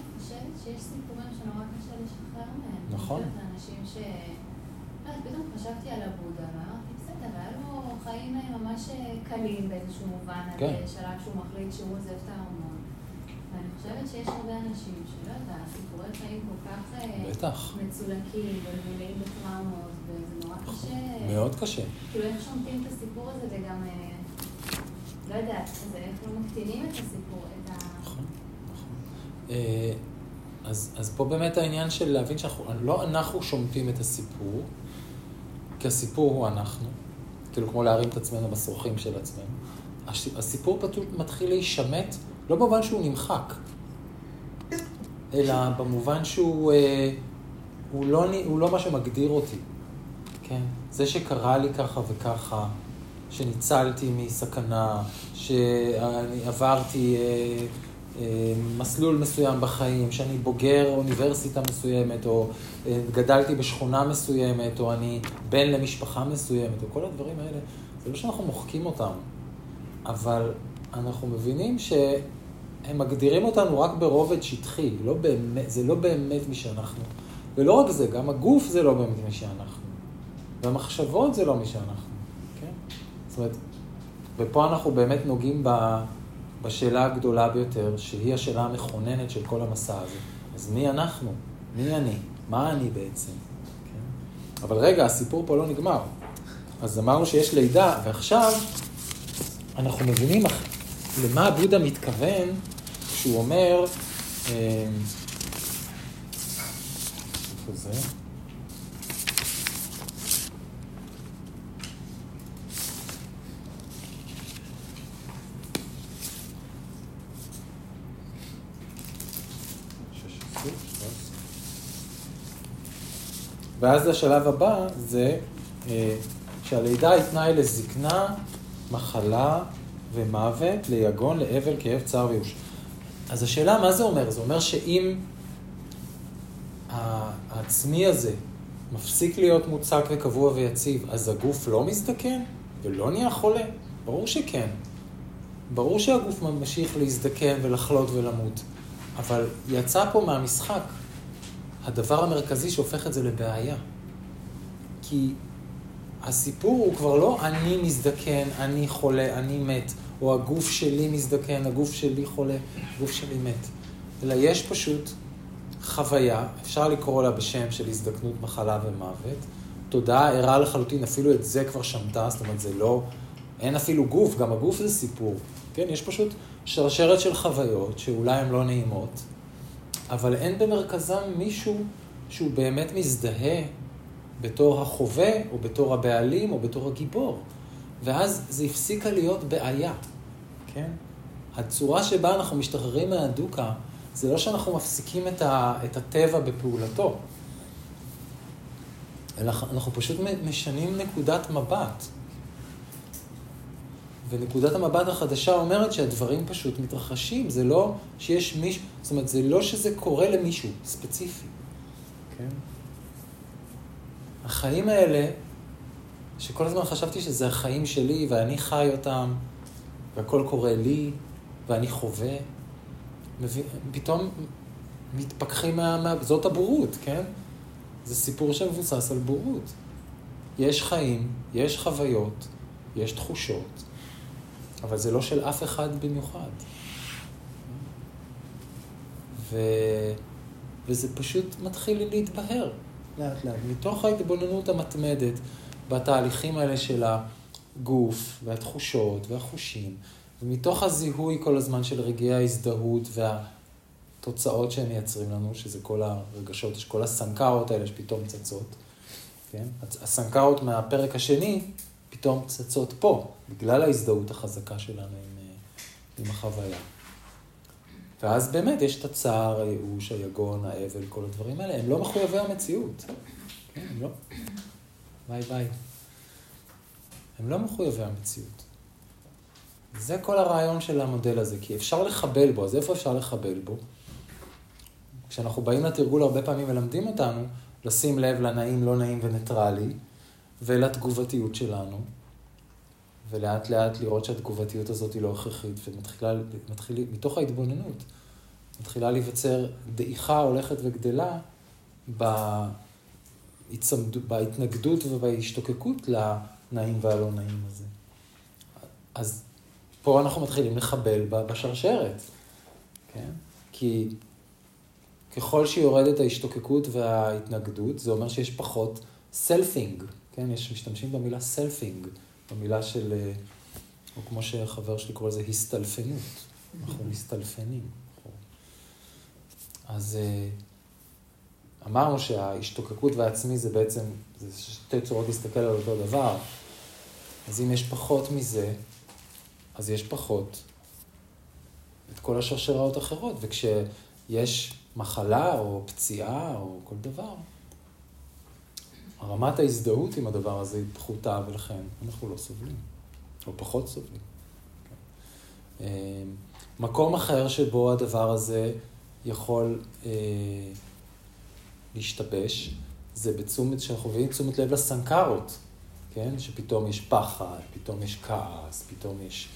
שיש סיפורים שנורא קשה לשחרר מהם. נכון. אנשים ש... פתאום חשבתי על הבודה, ואמרתי, בסדר, היה לו חיים ממש קלים באיזשהו מובן, כן. עד שלב שהוא מחליט שהוא עוזב את הארמון. ואני חושבת שיש הרבה אנשים שלא יודעת, סיפורי חיים כל כך מצולקים ומלאים בטראומות, וזה נורא קשה. מאוד קשה. כאילו איך שומטים את הסיפור הזה וגם, לא יודעת, איך לא מקטינים את הסיפור, את ה... נכון, נכון. אז פה באמת העניין של להבין לא אנחנו שומטים את הסיפור, כי הסיפור הוא אנחנו, כאילו כמו להרים את עצמנו בשרוכים של עצמנו. הסיפור פשוט מתחיל להישמט, לא במובן שהוא נמחק, אלא במובן שהוא לא מה שמגדיר אותי. כן? זה שקרה לי ככה וככה, שניצלתי מסכנה, שאני עברתי מסלול מסוים בחיים, שאני בוגר אוניברסיטה מסוימת, או גדלתי בשכונה מסוימת, או אני בן למשפחה מסוימת, או כל הדברים האלה. זה לא שאנחנו מוחקים אותם, אבל אנחנו מבינים שהם מגדירים אותנו רק ברובד שטחי, זה לא באמת מי שאנחנו. ולא רק זה, גם הגוף זה לא באמת מי שאנחנו. והמחשבות זה לא מי שאנחנו. כן? זאת אומרת, ופה אנחנו באמת נוגעים בשאלה הגדולה ביותר, שהיא השאלה המכוננת של כל המסע הזה. אז מי אנחנו? מי אני? מה אני בעצם? כן? אבל רגע, הסיפור פה לא נגמר. אז אמרנו שיש לידה, ועכשיו אנחנו מבינים למה הבודה מתכוון כשהוא אומר, איפה זה? ואז השלב הבא זה שהלידה היא תנאי לזקנה, מחלה ומוות, ליגון, לאבל, כאב, צער ויוש. אז השאלה מה זה אומר? זה אומר שאם העצמי הזה מפסיק להיות מוצק וקבוע ויציב, אז הגוף לא מזדקן ולא נהיה חולה? ברור שכן. ברור שהגוף ממשיך להזדקן ולחלות ולמות. אבל יצא פה מהמשחק הדבר המרכזי שהופך את זה לבעיה. כי הסיפור הוא כבר לא אני מזדקן, אני חולה, אני מת, או הגוף שלי מזדקן, הגוף שלי חולה, הגוף שלי מת. אלא יש פשוט חוויה, אפשר לקרוא לה בשם של הזדקנות, מחלה ומוות, תודעה ערה לחלוטין, אפילו את זה כבר שמתה, זאת אומרת זה לא, אין אפילו גוף, גם הגוף זה סיפור. כן, יש פשוט שרשרת של חוויות שאולי הן לא נעימות, אבל אין במרכזם מישהו שהוא באמת מזדהה בתור החווה, או בתור הבעלים, או בתור הגיבור. ואז זה הפסיקה להיות בעיה, כן? הצורה שבה אנחנו משתחררים מהדוקה, זה לא שאנחנו מפסיקים את הטבע בפעולתו, אלא אנחנו פשוט משנים נקודת מבט. ונקודת המבט החדשה אומרת שהדברים פשוט מתרחשים. זה לא שיש מישהו, זאת אומרת, זה לא שזה קורה למישהו ספציפי. כן? החיים האלה, שכל הזמן חשבתי שזה החיים שלי, ואני חי אותם, והכל קורה לי, ואני חווה, פתאום מתפכחים זאת הבורות, כן? זה סיפור שמבוסס על בורות. יש חיים, יש חוויות, יש תחושות, אבל זה לא של אף אחד במיוחד. וזה פשוט מתחיל להתבהר לאט לאט. מתוך ההתבוננות המתמדת בתהליכים האלה של הגוף והתחושות והחושים, ומתוך הזיהוי כל הזמן של רגעי ההזדהות והתוצאות שהם מייצרים לנו, שזה כל הרגשות, יש כל הסנקרות האלה שפתאום צצות. כן? הסנקרות מהפרק השני פתאום צצות פה, בגלל ההזדהות החזקה שלנו עם החוויה. ואז באמת יש את הצער, הייאוש, היגון, האבל, כל הדברים האלה. הם לא מחויבי המציאות. כן, הם לא. ביי ביי. הם לא מחויבי המציאות. זה כל הרעיון של המודל הזה, כי אפשר לחבל בו. אז איפה אפשר לחבל בו? כשאנחנו באים לתרגול הרבה פעמים מלמדים אותנו, לשים לב לנעים, לא נעים וניטרלי, ולתגובתיות שלנו, ולאט לאט לראות שהתגובתיות הזאת היא לא הכרחית, ומתחיל מתוך ההתבוננות, מתחילה להיווצר דעיכה הולכת וגדלה בהתנגדות ובהשתוקקות לנעים והלא נעים הזה. אז פה אנחנו מתחילים לחבל בשרשרת, כן? כי ככל שיורדת ההשתוקקות וההתנגדות, זה אומר שיש פחות סלפינג, כן? יש משתמשים במילה סלפינג, במילה של, או כמו שהחבר שלי קורא לזה, הסתלפנות. אנחנו מסתלפנים. אז אמרנו שההשתוקקות והעצמי זה בעצם, זה שתי צורות להסתכל על אותו דבר. אז אם יש פחות מזה, אז יש פחות את כל השרשראות האחרות. וכשיש מחלה או פציעה או כל דבר, רמת ההזדהות עם הדבר הזה היא פחותה, ולכן אנחנו לא סובלים, או פחות סובלים. מקום אחר שבו הדבר הזה יכול להשתבש, זה בצומת שאנחנו מביאים תשומת לב לסנקרות, כן? שפתאום יש פחד, פתאום יש כעס, פתאום יש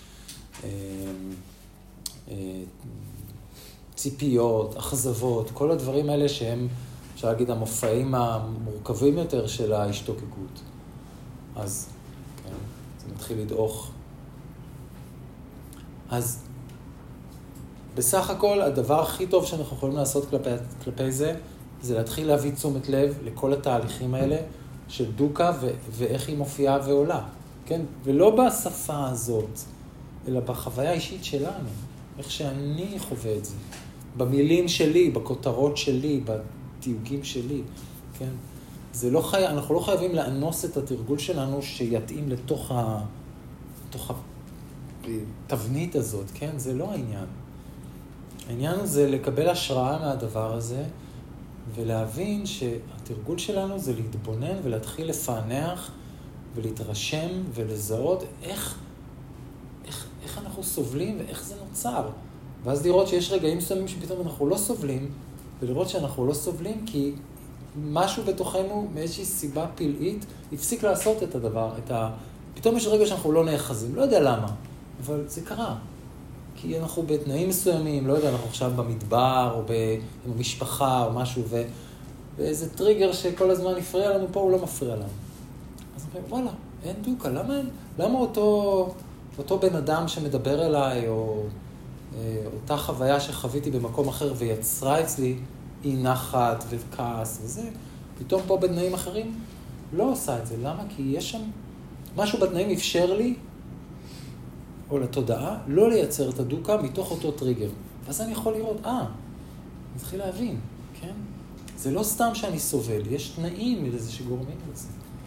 ציפיות, אכזבות, כל הדברים האלה שהם, אפשר להגיד, המופעים המורכבים יותר של ההשתוקקות. אז, כן, זה מתחיל לדעוך. אז, בסך הכל, הדבר הכי טוב שאנחנו יכולים לעשות כלפי זה, זה להתחיל להביא תשומת לב לכל התהליכים האלה של דוקה ואיך היא מופיעה ועולה, כן? ולא בשפה הזאת, אלא בחוויה האישית שלנו, איך שאני חווה את זה, במילים שלי, בכותרות שלי, בתיוגים שלי, כן? זה לא אנחנו לא חייבים לאנוס את התרגול שלנו שיתאים לתוך התבנית הזאת, כן? זה לא העניין. העניין הוא זה לקבל השראה מהדבר הזה, ולהבין שהתרגול שלנו זה להתבונן ולהתחיל לפענח ולהתרשם ולזהות איך אנחנו סובלים ואיך זה נוצר. ואז לראות שיש רגעים מסוימים שפתאום אנחנו לא סובלים, ולראות שאנחנו לא סובלים כי משהו בתוכנו מאיזושהי סיבה פלאית הפסיק לעשות את הדבר, פתאום יש רגע שאנחנו לא נאחזים, לא יודע למה, אבל זה קרה. כי אנחנו בתנאים מסוימים, לא יודע, אנחנו עכשיו במדבר, או עם המשפחה, או משהו, ואיזה טריגר שכל הזמן יפריע לנו פה, הוא לא מפריע לנו. אז אני אומר, וואלה, אין דוקה, למה אותו בן אדם שמדבר אליי, או אותה חוויה שחוויתי במקום אחר, ויצרה אצלי אי נחת וכעס וזה, פתאום פה בתנאים אחרים לא עושה את זה. למה? כי יש שם משהו בתנאים אפשר לי, או לתודעה, לא לייצר את הדוקה מתוך אותו טריגר. ואז אני יכול לראות, אני מתחיל להבין, כן? זה לא סתם שאני סובל, יש תנאים לזה שגורמים לזה.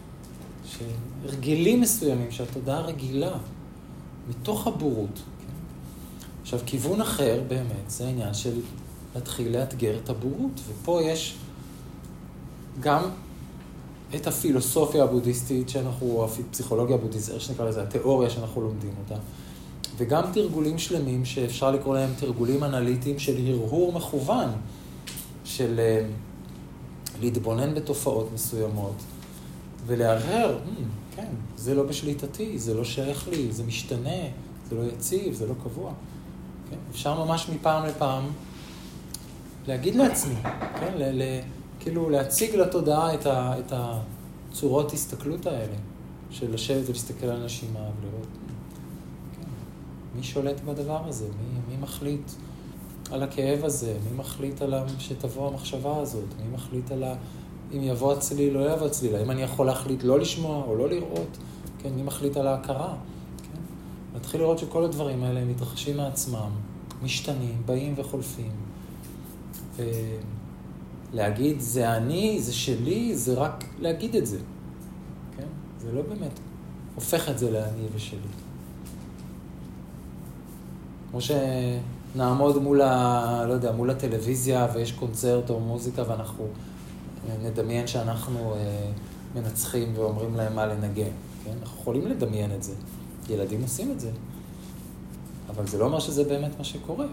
שהרגלים מסוימים, שהתודעה רגילה, מתוך הבורות. כן? עכשיו, כיוון אחר באמת, זה העניין של להתחיל לאתגר את הבורות, ופה יש גם את הפילוסופיה הבודהיסטית שאנחנו, הפסיכולוגיה הבודהיסטית, איך שנקרא לזה, התיאוריה שאנחנו לומדים אותה, וגם תרגולים שלמים שאפשר לקרוא להם תרגולים אנליטיים של הרהור מכוון, של להתבונן בתופעות מסוימות, ולהרהר, כן, זה לא בשליטתי, זה לא שייך לי, זה משתנה, זה לא יציב, זה לא קבוע. כן? אפשר ממש מפעם לפעם להגיד לעצמי, כן? כאילו להציג לתודעה את הצורות הסתכלות האלה, של לשבת ולהסתכל על הנשימה ולראות, כן, מי שולט בדבר הזה, מי מחליט על הכאב הזה, מי מחליט על שתבוא המחשבה הזאת, מי מחליט על אם יבוא הצליל או לא יבוא הצליל, האם אני יכול להחליט לא לשמוע או לא לראות, כן, מי מחליט על ההכרה, כן, להתחיל לראות שכל הדברים האלה הם מתרחשים מעצמם, משתנים, באים וחולפים, להגיד, זה אני, זה שלי, זה רק להגיד את זה. כן? זה לא באמת הופך את זה לאני ושלי. כמו שנעמוד מול הטלוויזיה ויש קונצרט או מוזיקה ואנחנו נדמיין שאנחנו מנצחים ואומרים להם מה לנגן. כן? אנחנו יכולים לדמיין את זה. ילדים עושים את זה. אבל זה לא אומר שזה באמת מה שקורה.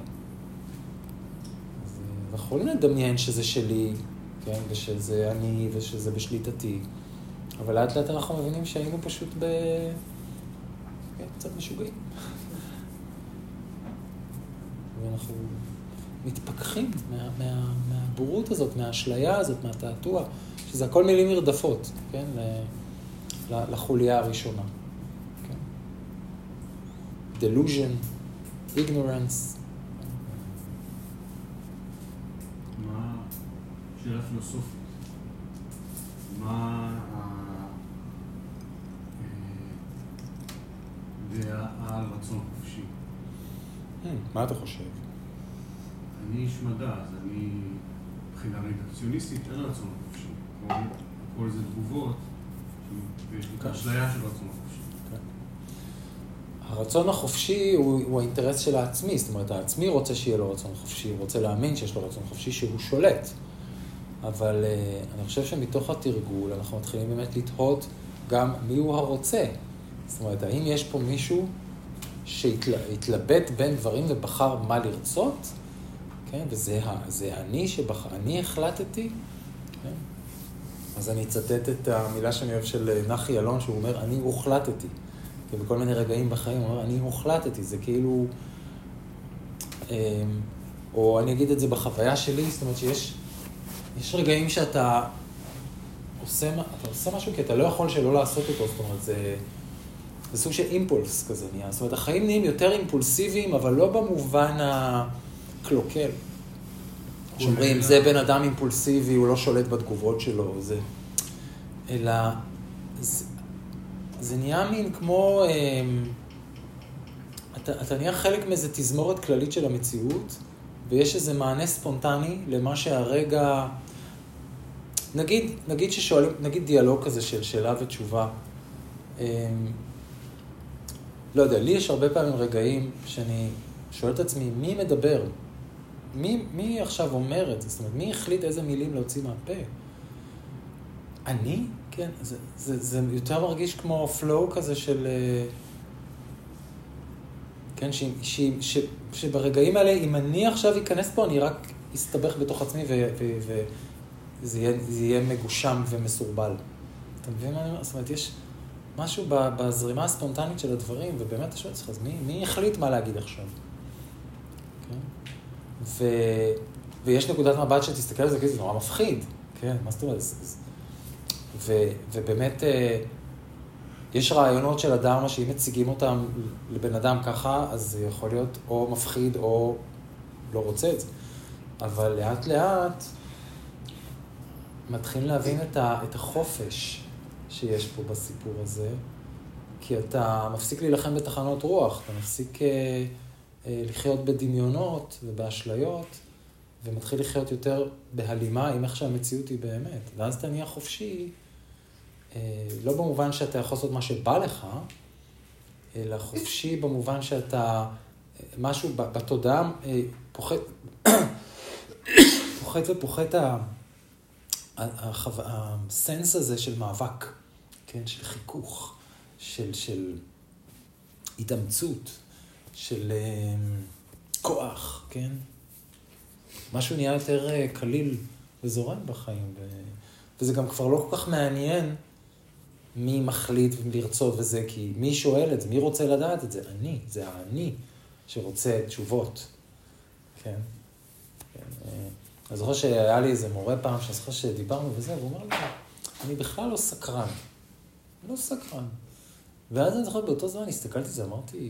אנחנו יכולים לדמיין שזה שלי, כן? ושזה אני ושזה בשליטתי. אבל לאט לאט אנחנו מבינים שהיינו פשוט קצת משוגעים. ואנחנו מתפכחים מהבורות הזאת, מהאשליה הזאת, מהתעתוע, שזה הכל מילים מרדפות, כן? לחוליה הראשונה. כן? Delusion, ignorance. מה, שאלה פילוסופית, מה הדעה על רצון חופשי? מה אתה חושב? אני איש מדע, אז אני מבחינה רדקציוניסטית אין רצון חופשי. כל זה תגובות, ויש לי את האשליה של רצון חופשי. הרצון החופשי הוא האינטרס של העצמי, זאת אומרת, העצמי רוצה שיהיה לו רצון חופשי, הוא רוצה להאמין שיש לו רצון חופשי שהוא שולט. אבל אני חושב שמתוך התרגול אנחנו מתחילים באמת לתהות גם מי הוא הרוצה. זאת אומרת, האם יש פה מישהו שהתלבט בין דברים ובחר מה לרצות? כן? וזה אני החלטתי. כן? אז אני אצטט את המילה שאני אוהב של נחי אלון, שהוא אומר, אני הוחלטתי. כי בכל מיני רגעים בחיים הוא אומר, אני הוחלטתי. זה כאילו, או אני אגיד את זה בחוויה שלי, זאת אומרת שיש רגעים עושה משהו, כי אתה לא יכול שלא לעשות אותו, זאת אומרת, זה סוג של אימפולס כזה נהיה. זאת אומרת, החיים נהיים יותר אימפולסיביים, אבל לא במובן הקלוקל. שאומרים, זה בן אדם אימפולסיבי, הוא לא שולט בתגובות שלו, אלא זה נהיה מין כמו, אתה נהיה חלק מאיזו תזמורת כללית של המציאות, ויש איזה מענה ספונטני למה שהרגע, נגיד ששואלים, נגיד דיאלוג כזה של שאלה ותשובה, לא יודע, לי יש הרבה פעמים רגעים שאני שואל את עצמי, מי מדבר? מי עכשיו אומר את זה? זאת אומרת, מי החליט איזה מילים להוציא מהפה? אני? כן, זה יותר מרגיש כמו פלואו כזה של, כן, שברגעים האלה, אם אני עכשיו אכנס פה, אני רק אסתבך בתוך עצמי וזה יהיה מגושם ומסורבל. אתה מבין מה אני אומר? זאת אומרת, יש משהו בזרימה הספונטנית של הדברים, ובאמת אתה שואל, אז מי החליט מה להגיד עכשיו? כן? ויש נקודת מבט שתסתכל על זה, כי זה נורא מפחיד. כן, מה זאת אומרת? ובאמת, יש רעיונות של אדם שאם מציגים אותם לבן אדם ככה, אז זה יכול להיות או מפחיד או לא רוצה את זה. אבל לאט לאט מתחילים להבין את החופש שיש פה בסיפור הזה, כי אתה מפסיק להילחם בתחנות רוח, אתה מפסיק לחיות בדמיונות ובאשליות, ומתחיל לחיות יותר בהלימה עם איך שהמציאות היא באמת. ואז אתה נהיה חופשי, לא במובן שאתה יכול לעשות מה שבא לך, אלא חופשי במובן שאתה, משהו בתודעה פוחת ופוחת הסנס הזה של מאבק, כן? של חיכוך, של התאמצות, של כוח, כן? משהו נהיה יותר קליל וזורם בחיים, וזה גם כבר לא כל כך מעניין מי מחליט לרצות וזה, כי מי שואל את זה, מי רוצה לדעת את זה? זה אני שרוצה תשובות, כן? אני זוכר שהיה לי איזה מורה פעם, שאני זוכר שדיברנו וזה, והוא אמר לי, אני בכלל לא סקרן. לא סקרן. ואז אני זוכר באותו זמן, הסתכלתי על זה, אמרתי,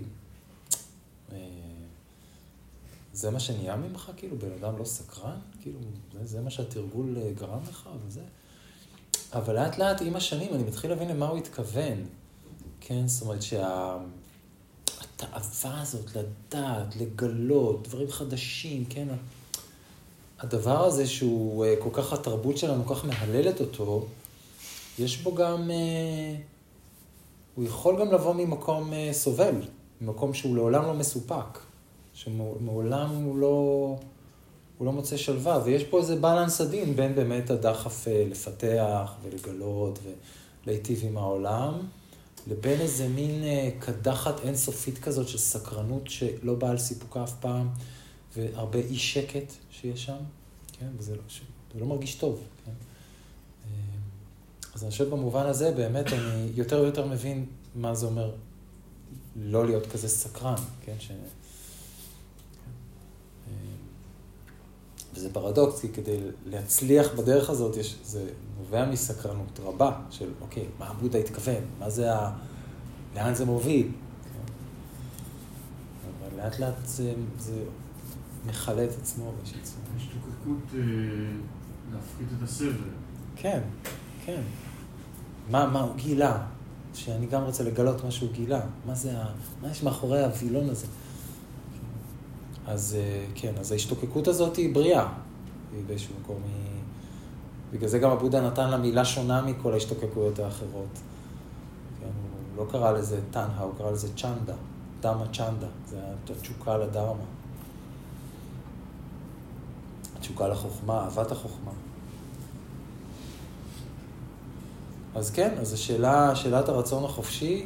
זה מה שנהיה ממך, כאילו, בן אדם לא סקרן? כאילו, זה מה שהתרגול גרם לך וזה? אבל לאט לאט, עם השנים, אני מתחיל להבין למה הוא התכוון. כן, זאת אומרת שהתאווה הזאת, לדעת, לגלות, דברים חדשים, כן? הדבר הזה שהוא כל כך, התרבות שלנו כל כך מהללת אותו, יש בו גם, הוא יכול גם לבוא ממקום סובל, ממקום שהוא לעולם לא מסופק, שמעולם הוא לא מוצא שלווה, ויש פה איזה בלנס עדין בין באמת הדחף לפתח ולגלות ולהיטיב עם העולם, לבין איזה מין קדחת אינסופית כזאת של סקרנות שלא באה על סיפוקה אף פעם, והרבה אי שקט שיש שם, כן? וזה לא מרגיש טוב, כן? אז אני חושב במובן הזה, באמת אני יותר ויותר מבין מה זה אומר לא להיות כזה סקרן, כן? וזה פרדוקס, כי כדי להצליח בדרך הזאת, זה נובע מסקרנות רבה של, אוקיי, מה הבודה התכוון? מה זה לאן זה מוביל? אבל לאט לאט זה מחלה את עצמו. יש תוקקות להפחית את הסבל. כן, כן. מה הוא גילה? שאני גם רוצה לגלות מה שהוא גילה. מה יש מאחורי הווילון הזה? אז כן, אז ההשתוקקות הזאת היא בריאה. היא באיזשהו מקום. בגלל זה גם הבודה נתן לה מילה שונה מכל ההשתוקקויות האחרות. כן, הוא לא קרא לזה תנהה, הוא קרא לזה צ'נדה. דמה צ'נדה. זה התשוקה לדרמה. התשוקה לחוכמה, אהבת החוכמה. אז כן, אז שאלת הרצון החופשי,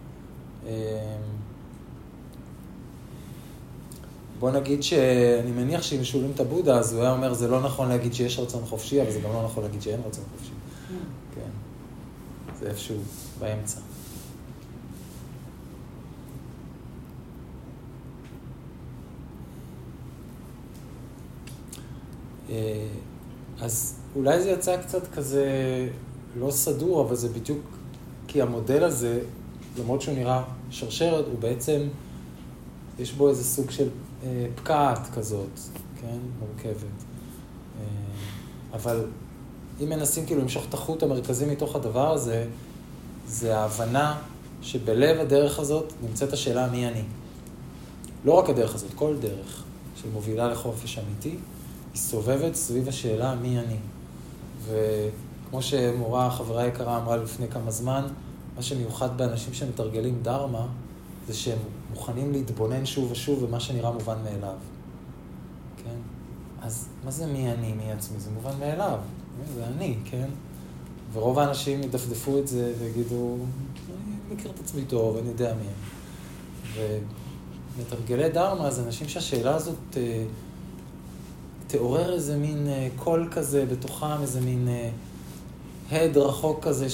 בוא נגיד שאני מניח שאם שואלים את הבודה, אז הוא היה אומר, זה לא נכון להגיד שיש רצון חופשי, אבל זה גם לא נכון להגיד שאין רצון חופשי. כן, זה איפשהו באמצע. אז אולי זה יצא קצת כזה לא סדור, אבל זה בדיוק כי המודל הזה, למרות שהוא נראה שרשרת, הוא בעצם, יש בו איזה סוג של פקעת כזאת, כן? מורכבת. אבל אם מנסים כאילו למשוך את החוט המרכזי מתוך הדבר הזה, זה ההבנה שבלב הדרך הזאת נמצאת השאלה מי אני. לא רק הדרך הזאת, כל דרך שמובילה לחופש אמיתי, היא סובבת סביב השאלה מי אני. וכמו שמורה, חברה יקרה, אמרה לפני כמה זמן, מה שמיוחד באנשים שמתרגלים דרמה, זה שהם מוכנים להתבונן שוב ושוב במה שנראה מובן מאליו. כן? אז מה זה מי אני, מי עצמי? זה מובן מאליו. זה אני, כן? ורוב האנשים ידפדפו את זה ויגידו, אני מכיר את עצמי טוב, אני יודע מי הם. ומתרגלי דרמה זה אנשים שהשאלה הזאת תעורר איזה מין קול כזה בתוכם, איזה מין הד רחוק כזה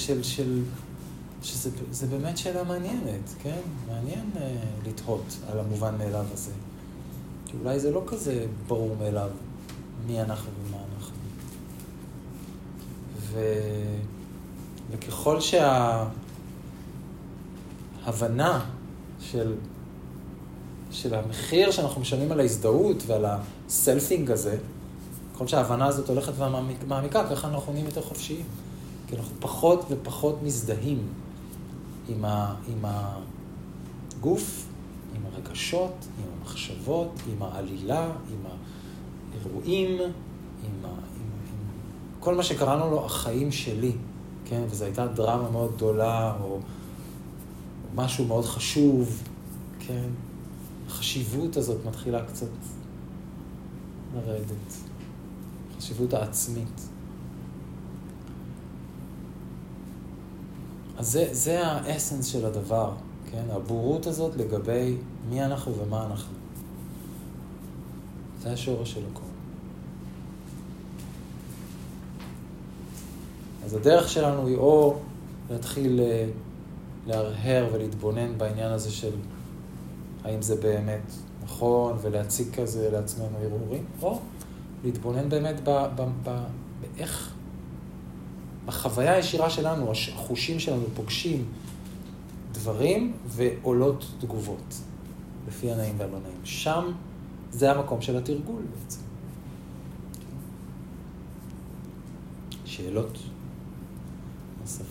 שזה באמת שאלה מעניינת, כן? מעניין לתהות על המובן מאליו הזה. כי אולי זה לא כזה ברור מאליו מי אנחנו ומה אנחנו. וככל שההבנה של המחיר שאנחנו משלמים על ההזדהות ועל הסלפינג הזה, ככל שההבנה הזאת הולכת ומעמיקה, ככה אנחנו נהיים יותר חופשיים. כי אנחנו פחות ופחות מזדהים עם הגוף, עם הרגשות, עם המחשבות, עם העלילה, עם האירועים, עם כל מה שקראנו לו החיים שלי, כן? וזו הייתה דרמה מאוד גדולה, או משהו מאוד חשוב, כן? החשיבות הזאת מתחילה קצת לרדת. החשיבות העצמית. אז זה האסנס של הדבר, כן? הבורות הזאת לגבי מי אנחנו ומה אנחנו. זה השורש של הכל. אז הדרך שלנו היא או להתחיל להרהר ולהתבונן בעניין הזה של האם זה באמת נכון ולהציג כזה לעצמנו הרהורים, או להתבונן באמת באיך בחוויה הישירה שלנו, החושים שלנו פוגשים דברים ועולות תגובות, לפי הנעים והלא נעים. שם זה המקום של התרגול בעצם. שאלות נוספות.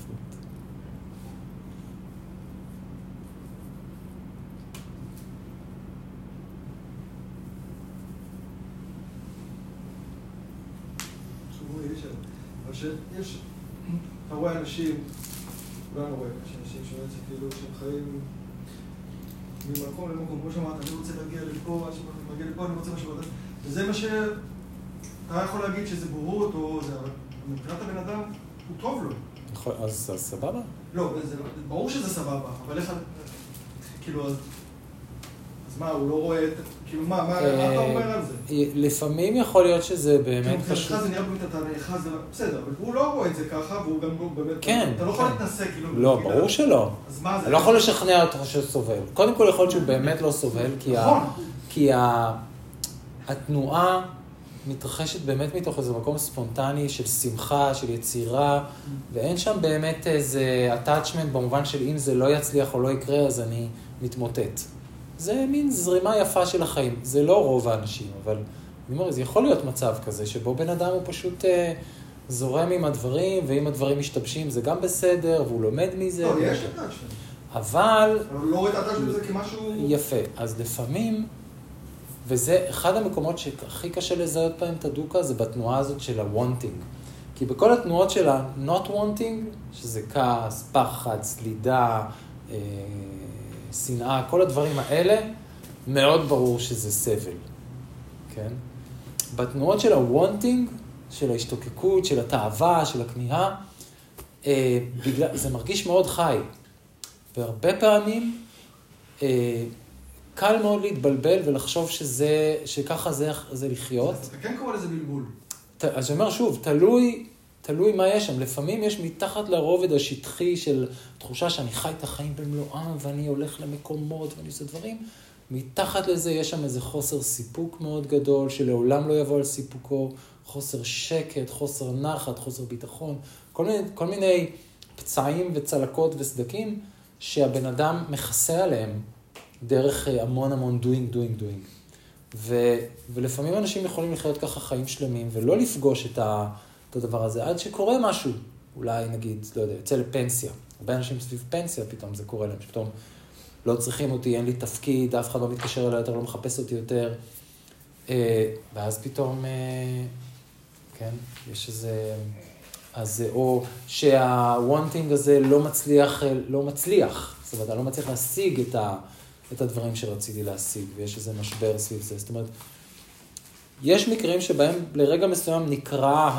יש, אתה רואה אנשים, כולנו רואים, יש אנשים שבאמת כאילו שהם חיים ממקום למקום, כמו שאמרת, אני רוצה להגיע לפה, אני לפה, אני רוצה משהו כזה, וזה מה שאתה יכול להגיד שזה בורות או זה, אבל מבחינת הבן אדם הוא טוב לו. אז סבבה? לא, ברור שזה סבבה, אבל איך, כאילו, אז מה, הוא לא רואה את, כאילו, מה אתה אומר על זה? לפעמים יכול להיות שזה באמת פשוט. מבחינתך זה נראה באמת, אתה נאחז, בסדר, אבל הוא לא רואה את זה ככה, והוא גם באמת, כן. אתה לא יכול להתנסה, כאילו. לא, ברור שלא. אז מה זה? אני לא יכול לשכנע אותו שסובל. קודם כל יכול להיות שהוא באמת לא סובל, כי התנועה מתרחשת באמת מתוך איזה מקום ספונטני של שמחה, של יצירה, ואין שם באמת איזה attachment במובן של אם זה לא יצליח או לא יקרה, אז אני מתמוטט. זה מין זרימה יפה של החיים. זה לא רוב האנשים, אבל אני אומר, זה יכול להיות מצב כזה, שבו בן אדם הוא פשוט זורם עם הדברים, ואם הדברים משתבשים זה גם בסדר, והוא לומד מזה. לא, יש attachment. אבל... לא רואה את attachment הזה כמשהו... יפה. אז לפעמים... וזה אחד המקומות שהכי קשה לזהות בהם את הדוקה, זה בתנועה הזאת של ה-wanting. כי בכל התנועות של ה-not wanting, שזה כעס, פחד, סלידה, שנאה, כל הדברים האלה, מאוד ברור שזה סבל. כן? בתנועות של ה-wanting, של ההשתוקקות, של התאווה, של הכמיהה, זה מרגיש מאוד חי. והרבה פעמים, קל מאוד להתבלבל ולחשוב שככה זה לחיות. אתה כן קורא לזה בלבול. אז אני אומר שוב, תלוי מה יש שם. לפעמים יש מתחת לרובד השטחי של תחושה שאני חי את החיים במלואם, ואני הולך למקומות ואני עושה דברים. מתחת לזה יש שם איזה חוסר סיפוק מאוד גדול, שלעולם לא יבוא על סיפוקו, חוסר שקט, חוסר נחת, חוסר ביטחון, כל מיני פצעים וצלקות וסדקים שהבן אדם מכסה עליהם. דרך המון doing. ולפעמים אנשים יכולים לחיות ככה חיים שלמים, ולא לפגוש את הדבר הזה, עד שקורה משהו. אולי נגיד, לא יודע, יוצא לפנסיה. הרבה אנשים סביב פנסיה, פתאום זה קורה להם, שפתאום לא צריכים אותי, אין לי תפקיד, אף אחד לא מתקשר אליי יותר, לא מחפש אותי יותר. ואז פתאום, כן, יש איזה... אז, או שה-wanting הזה לא מצליח. זאת אומרת, אני לא מצליח להשיג את הדברים שרציתי להשיג, ויש איזה משבר סביב זה. זאת אומרת, יש מקרים שבהם לרגע מסוים נקרא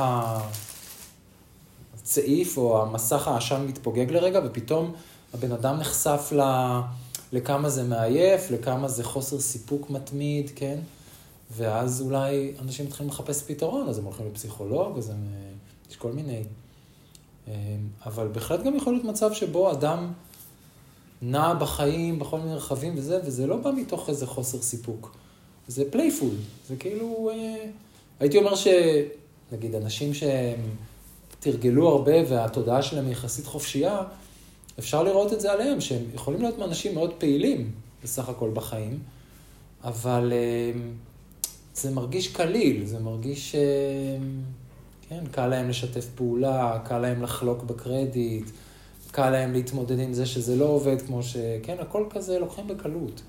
הצעיף או המסך העשן מתפוגג לרגע, ופתאום הבן אדם נחשף לכמה זה מעייף, לכמה זה חוסר סיפוק מתמיד, כן? ואז אולי אנשים מתחילים לחפש פתרון, אז הם הולכים לפסיכולוג, אז יש כל מיני. אבל בהחלט גם יכול להיות מצב שבו אדם נע בחיים, בכל מיני רחבים וזה לא בא מתוך איזה חוסר סיפוק. זה פלייפול. זה כאילו... הייתי אומר נגיד, אנשים שהם תרגלו הרבה והתודעה שלהם היא יחסית חופשייה, אפשר לראות את זה עליהם, שהם יכולים להיות אנשים מאוד פעילים בסך הכל בחיים, אבל זה מרגיש קליל, זה מרגיש... כן, קל להם לשתף פעולה, קל להם לחלוק בקרדיט, קל להם להתמודד עם זה שזה לא עובד כמו כן, הכל כזה לוקחים בקלות.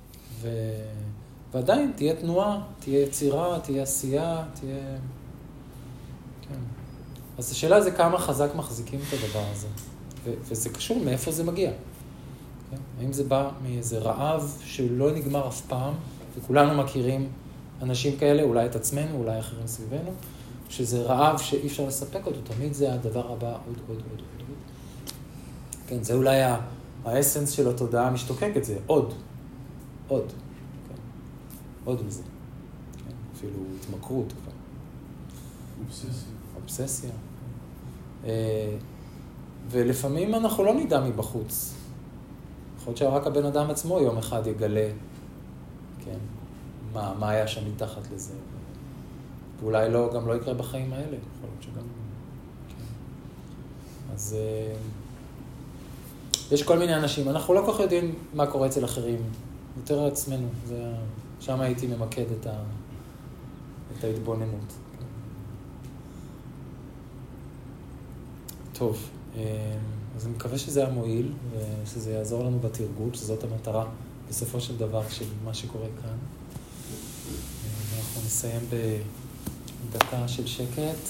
ועדיין תהיה תנועה, תהיה יצירה, תהיה עשייה, תהיה... כן. אז השאלה זה כמה חזק מחזיקים את הדבר הזה. וזה קשור מאיפה זה מגיע. כן? האם זה בא מאיזה רעב שלא נגמר אף פעם, וכולנו מכירים אנשים כאלה, אולי את עצמנו, אולי אחרים סביבנו, שזה רעב שאי אפשר לספק אותו, תמיד זה הדבר הבא עוד. כן, זה אולי האסנס של התודעה המשתוקקת, זה עוד. כן. עוד מזה. כן. אפילו התמכרות. אובססיה. ולפעמים אנחנו לא נדע מבחוץ. יכול להיות שרק הבן אדם עצמו יום אחד יגלה, כן, מה היה שם מתחת לזה. ואולי גם לא יקרה בחיים האלה. יכול להיות שגם... כן. אז... יש כל מיני אנשים, אנחנו לא כל כך יודעים מה קורה אצל אחרים, יותר עצמנו, שם הייתי ממקד את ההתבוננות. טוב, אז אני מקווה שזה היה מועיל, ושזה יעזור לנו בתרגול, שזאת המטרה בסופו של דבר של מה שקורה כאן. אנחנו נסיים בדקה של שקט.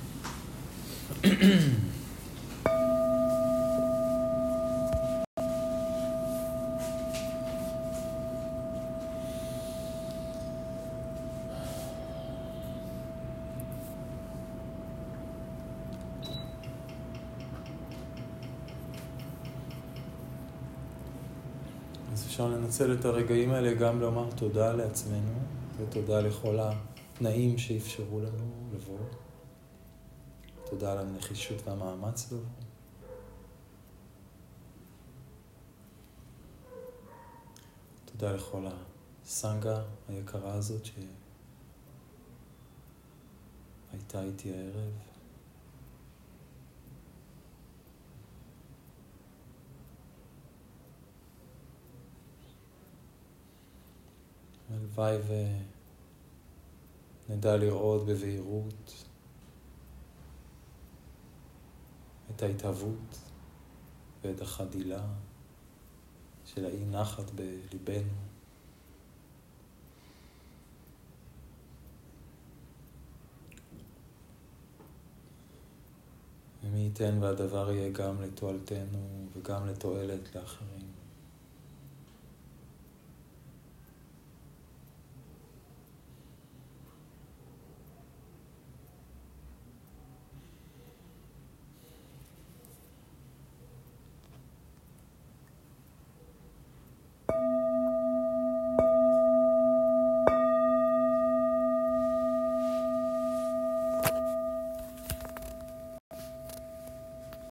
אפשר לנצל את הרגעים האלה גם לומר תודה לעצמנו, ותודה לכל התנאים שאפשרו לנו לבוא. תודה על הנחישות והמאמץ לבוא. תודה לכל הסנגה היקרה הזאת הייתה איתי הערב. הלוואי ונדע לראות בבהירות את ההתהוות ואת החדילה של האי נחת בליבנו. ומי ייתן והדבר יהיה גם לתועלתנו וגם לתועלת לאחרים.